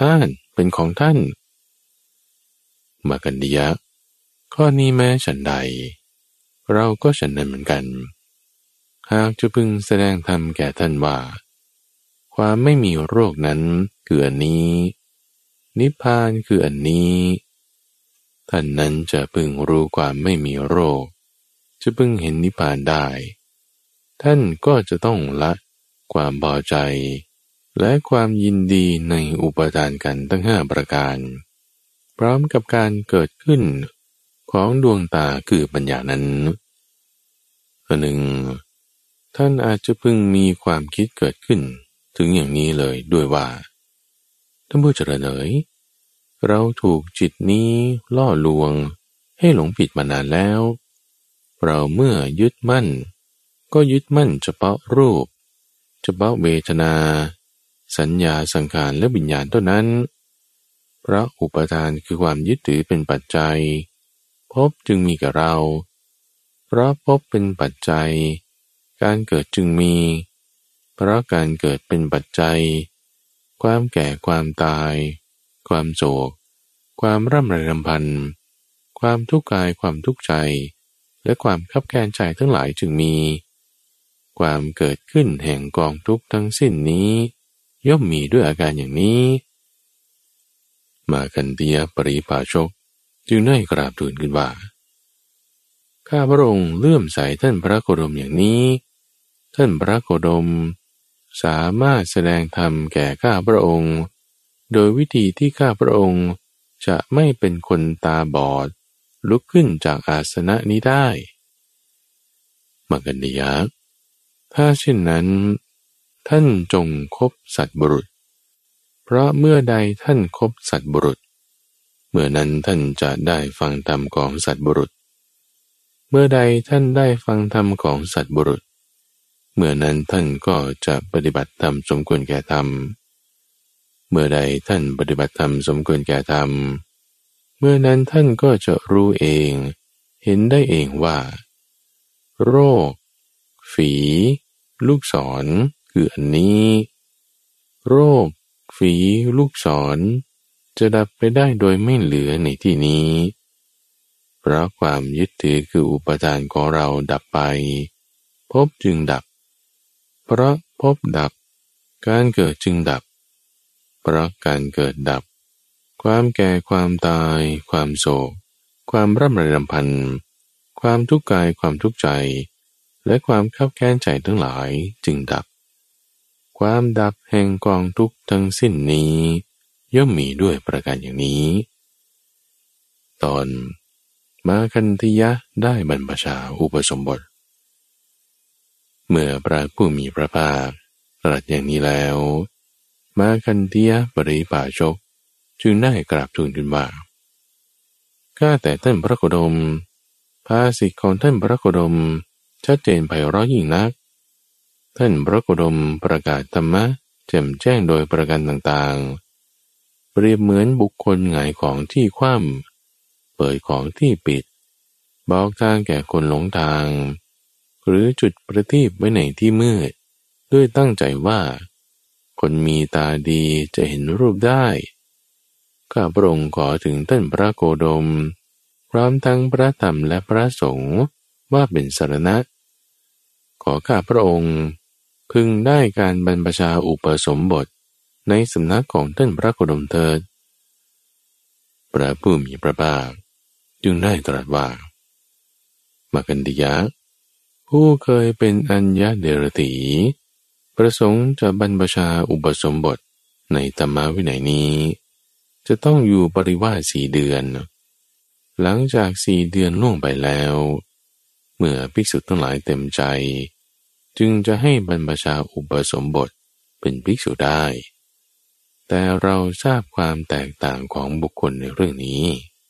[SPEAKER 1] เป็นของท่านมากันดียะข้อนี้แม้ฉันใดเราก็ฉันนั้นเหมือนกันหากจะพึงแสดงธรรมแก่ท่านว่าความไม่มีโรคนั้นคืออันนี้นิพพานคืออันนี้ท่านนั้นจะพึงรู้ความไม่มีโรคจะพึงเห็นนิพพานได้ท่านก็จะต้องละความพอใจและความยินดีในอุปทานกันทั้งห้าประการพร้อมกับการเกิดขึ้นของดวงตาคือปัญญานั้นข้อหนึ่งท่านอาจจะพึงมีความคิดเกิดขึ้นถึงอย่างนี้เลยด้วยว่าท่านผู้เจริญเอ๋ยเราถูกจิตนี้ล่อลวงให้หลงผิดมานานแล้วเราเมื่อยึดมั่นก็ยึดมั่นเฉพาะรูปเฉพาะเวทนาสัญญาสังขารและวิญญาณเท่านั้นเพราะอุปทานคือความยึดถือเป็นปัจจัยภพจึงมีกับเราเพราะภพเป็นปัจจัยการเกิดจึงมีเพราะการเกิดเป็นปัจจัยความแก่ความตายความโศกความร่ำไรรำพันความทุกข์กายความทุกข์ใจและความคับแค้นใจทั้งหลายจึงมีความเกิดขึ้นแห่งกองทุกข์ทั้งสิ้นนี้ย่อมมีด้วยอาการอย่างนี้มาคันธียปริภาชกจึงได้กราบทูลขึ้นว่าข้าพระองค์เลื่อมใสท่านพระโคดมอย่างนี้ท่านพระโคดมสามารถแสดงธรรมแก่ข้าพระองค์โดยวิธีที่ข้าพระองค์จะไม่เป็นคนตาบอดลุกขึ้นจากอาสนะนี้ได้มากันดียะถ้าเช่นนั้นท่านจงคบสัตว์บุรุษเพราะเมื่อใดท่านคบสัตว์บุรุษเมื่อนั้นท่านจะได้ฟังธรรมของสัตว์บุรุษเมื่อใดท่านได้ฟังธรรมของสัตว์บุรุษเมื่อนั้นท่านก็จะปฏิบัติธรรมสมควรแก่ธรรมเมื่อใดท่านปฏิบัติธรรมสมควรแก่ธรรมเมื่อนั้นท่านก็จะรู้เองเห็นได้เองว่าโรคฝีลูกศรคืออันนี้โรคฝีลูกศรจะดับไปได้โดยไม่เหลือในที่นี้เพราะความยึดถือคืออุปทานของเราดับไปภพจึงดับเพราะภพดับการเกิดจึงดับเพราะการเกิดดับความแก่ความตายความโศกความร่ำไรรำพันความทุกข์กายความทุกข์ใจและความคับแค้นใจทั้งหลายจึงดับความดับแห่งกองทุกข์ทั้งสิ้นนี้ย่อมมีด้วยประการอย่างนี้ตอนมาคันธียะได้บรรพชาอุปสมบทเมื่อพระผู้มีพระภาคตรัสอย่างนี้แล้วมาคันธียปริภาชกจึงได้กราบทูลขึ้นว่าข้าแต่ท่านพระโคดมภาษิตของท่านพระโคดมชัดเจนไพเราะยิ่งนักท่านพระโคดมประกาศธรรมะแจ่มแจ้งโดยประการต่างๆเปรียบเหมือนบุคคลหงายของที่คว่ำเปิดของที่ปิดบอกทางแก่คนหลงทางหรือจุดประทีปไว้ในที่มืดด้วยตั้งใจว่าคนมีตาดีจะเห็นรูปได้ข้าพระองค์ขอถึงท่านพระโคดมพร้อมทั้งพระธรรมและพระสงฆ์ว่าเป็นสรณะขอข้าพระองค์พึงได้การบรรพชาอุปสมบทในสำนักของท่านพระโคดมเถิดพระผู้มีพระภาคจึงได้ตรัสว่ามากันดิยะผู้เคยเป็นอัญญเดรถีประสงค์จะบรรพชาอุปสมบทในธรรมวินัยนี้จะต้องอยู่ปริวาสสี่เดือนหลังจากสี่เดือนล่วงไปแล้วเมื่อภิกษุทั้งหลายเต็มใจจึงจะให้บรรพชาอุปสมบทเป็นภิกษุได้แต่เราทราบความแตกต่างของบุคคลในเรื่องนี้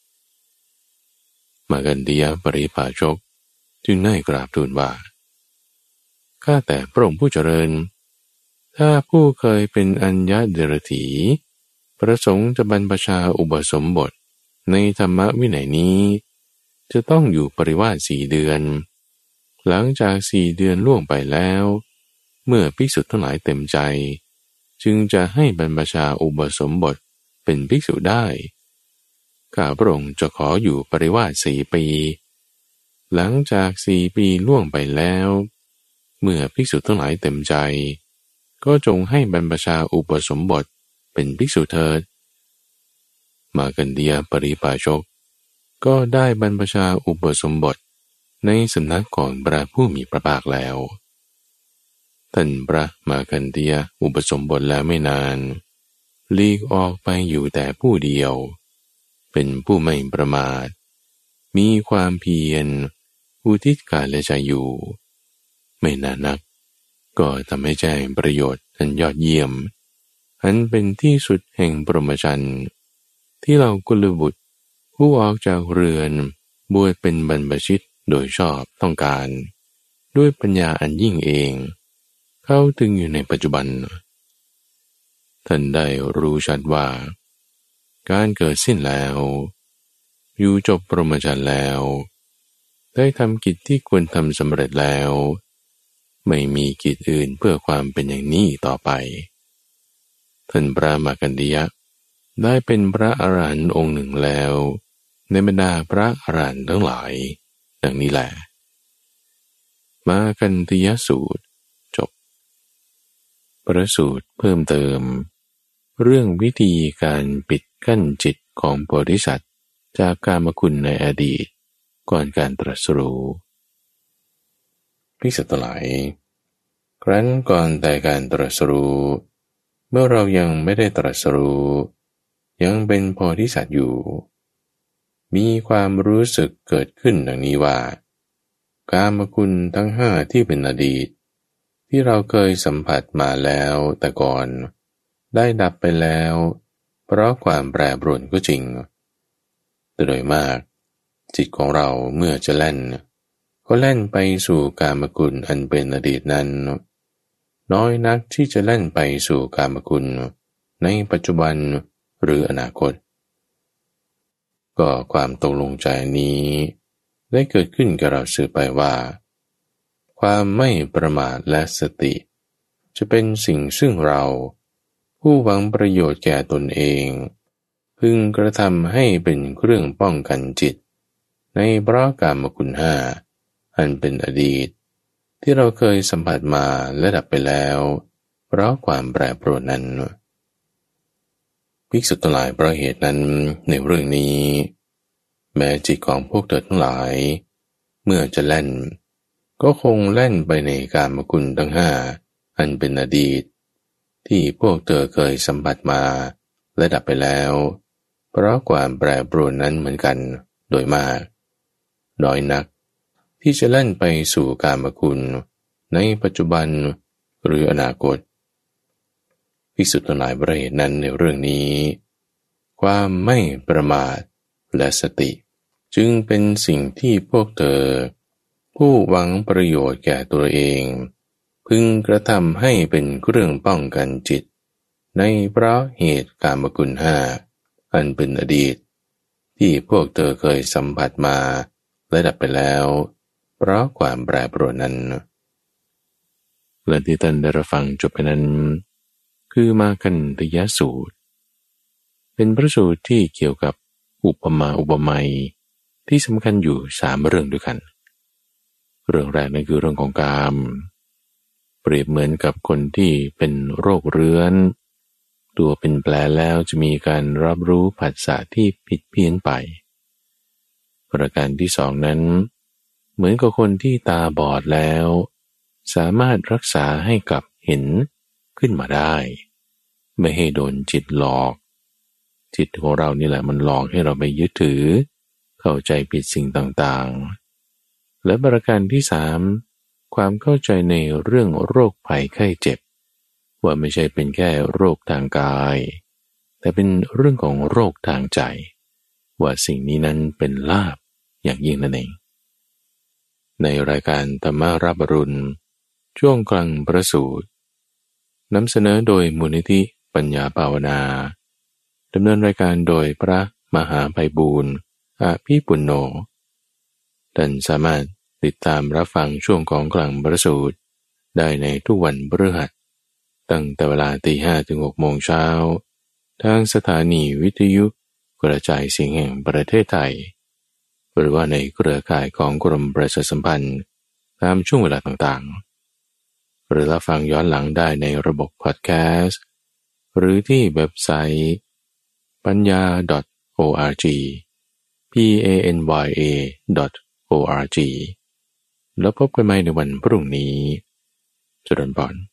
[SPEAKER 1] มากันธียปริภาชกจึงได้กราบทูลว่าข้าแต่พระองค์ผู้เจริญถ้าผู้เคยเป็นอัญญเดรถีประสงค์จะบรรพชาอุปสมบทในธรรมวินัยนี้จะต้องอยู่ปริวาสสี่เดือนหลังจากสี่เดือนล่วงไปแล้วเมื่อภิกษุทั้งหลายเต็มใจจึงจะให้บรรพชาอุปสมบทเป็นภิกษุได้ข้าพระองค์จะขออยู่ปริวาสสี่ปีหลังจากสี่ปีล่วงไปแล้วเมื่อภิกษุทั้งหลายเต็มใจก็จงให้บรรพชาอุปสมบทเป็นภิกษุเถิดมากันเดียปริภาชกก็ได้บรรพชาอุปสมบทในสำนักของพระผู้มีพระภาคแล้วท่านพระมากันเดียอุปสมบทแล้วไม่นานลีกออกไปอยู่แต่ผู้เดียวเป็นผู้ไม่ประมาทมีความเพียรอุทิศกาลและใจอยู่ไม่นานนักก็ทำให้แจ้งประโยชน์อันยอดเยี่ยมอันเป็นที่สุดแห่งปรหมจรรย์ที่เรากุลบุตรผู้ออกจากเรือนบวชเป็นบรรพชิตโดยชอบต้องการด้วยปัญญาอันยิ่งเองเข้าถึงอยู่ในปัจจุบันท่านได้รู้ชัดว่าการเกิดสิ้นแล้วอยู่จบปรหมจรรย์แล้วได้ทำกิจที่ควรทำสำเร็จแล้วไม่มีกิจอื่นเพื่อความเป็นอย่างนี้ต่อไปท่านพระมากันดิยะได้เป็นพระอรหันต์องค์หนึ่งแล้วในบรรดาพระอรหันต์ทั้งหลายดังนี้แหละมากันดิยสูตรจบประสูตรเพิ่มเติมเรื่องวิธีการปิดกั้นจิตของโพธิสัตว์จากกามคุณในอดีตก่อนการตรัสรู้ภิกษุทั้งหลายครั้นก่อนแต่การตรัสรู้เมื่อเรายังไม่ได้ตรัสรู้ยังเป็นโพธิสัตว์อยู่มีความรู้สึกเกิดขึ้นดังนี้ว่ากามคุณทั้งห้าที่เป็นอดีตที่เราเคยสัมผัสมาแล้วแต่ก่อนได้ดับไปแล้วเพราะความแปรปรวนก็จริงแต่โดยมากจิตของเราเมื่อจะแล่นก็แล่นไปสู่กามคุณอันเป็นอดีตนั้นน้อยนักที่จะแล่นไปสู่กามคุณในปัจจุบันหรืออนาคตก็ความตกลงใจนี้ได้เกิดขึ้นกับเราสืบไปว่าความไม่ประมาทและสติจะเป็นสิ่งซึ่งเราผู้หวังประโยชน์แก่ตนเองพึงกระทำให้เป็นเครื่องป้องกันจิตในเพราะกามคุณห้าอันเป็นอดีตที่เราเคยสัมผัสมาและดับไปแล้วเพราะความแปรปรวนนั้นภิกษุทั้งหลายเพราะเหตุนั้นในเรื่องนี้แม้จิตของพวกเธอทั้งหลายเมื่อจะแล่นก็คงแล่นไปในกามคุณทั้งห้าอันเป็นอดีตที่พวกเธอเคยสัมผัสมาและดับไปแล้วเพราะความแปรปรวนนั้นเหมือนกันโดยมากน้อยนักที่จะแล่นไปสู่กามคุณในปัจจุบันหรืออนาคตภิกษุทั้งหลายเพราะเหตุนั้นในเรื่องนี้ความไม่ประมาทและสติจึงเป็นสิ่งที่พวกเธอผู้หวังประโยชน์แก่ตัวเองพึงกระทำให้เป็นเครื่องป้องกันจิตในเพราะเหตุกามคุณห้าอันเป็นอดีตที่พวกเธอเคยสัมผัสมาและดับไปแล้วเพราะความแปรปรวนนั้นและที่ท่านได้รับฟังจบไปนั้นคือมาคันธยสูตรเป็นพระสูตรที่เกี่ยวกับอุปมาอุปไมยที่สำคัญอยู่สามเรื่องด้วยกันเรื่องแรกนั่นคือเรื่องของกามเปรียบเหมือนกับคนที่เป็นโรคเรื้อนตัวเป็นแผลแล้วจะมีการรับรู้ผัสสะที่ผิดเพี้ยนไปประการที่สองนั้นเหมือนกับคนที่ตาบอดแล้วสามารถรักษาให้กลับเห็นขึ้นมาได้ไม่ให้โดนจิตหลอกจิตของเรานี่แหละมันหลอกให้เราไปยึดถือเข้าใจผิดสิ่งต่างๆและประการที่สามความเข้าใจในเรื่องโรคภัยไข้เจ็บว่าไม่ใช่เป็นแค่โรคทางกายแต่เป็นเรื่องของโรคทางใจว่าสิ่งนี้นั้นเป็นลาภอย่างยิ่งนั่นเองในรายการธรรมารับอรุณช่วงกลางประสูตรนำเสนอโดยมูลนิธิปัญญาภาวนาดำเนินรายการโดยพระมหาไพบูลย์อภิปุณโญท่านสามารถติดตามรับฟังช่วงของกลางประสูตรได้ในทุกวันพฤหัสตั้งแต่เวลาตีห้ถึงหกโมงเช้าทางสถานีวิทยุกระจายเสียงแห่งประเทศไทยหรือว่าในเครือข่ายของกรมประชาสัมพันธ์ตามช่วงเวลาต่างๆหรือรับฟังย้อนหลังได้ในระบบพอดแคสต์หรือที่เว็บไซต์ปัญญา .org p a n y a .org แล้วพบกันใหม่ในวันพรุ่งนี้เจริญพร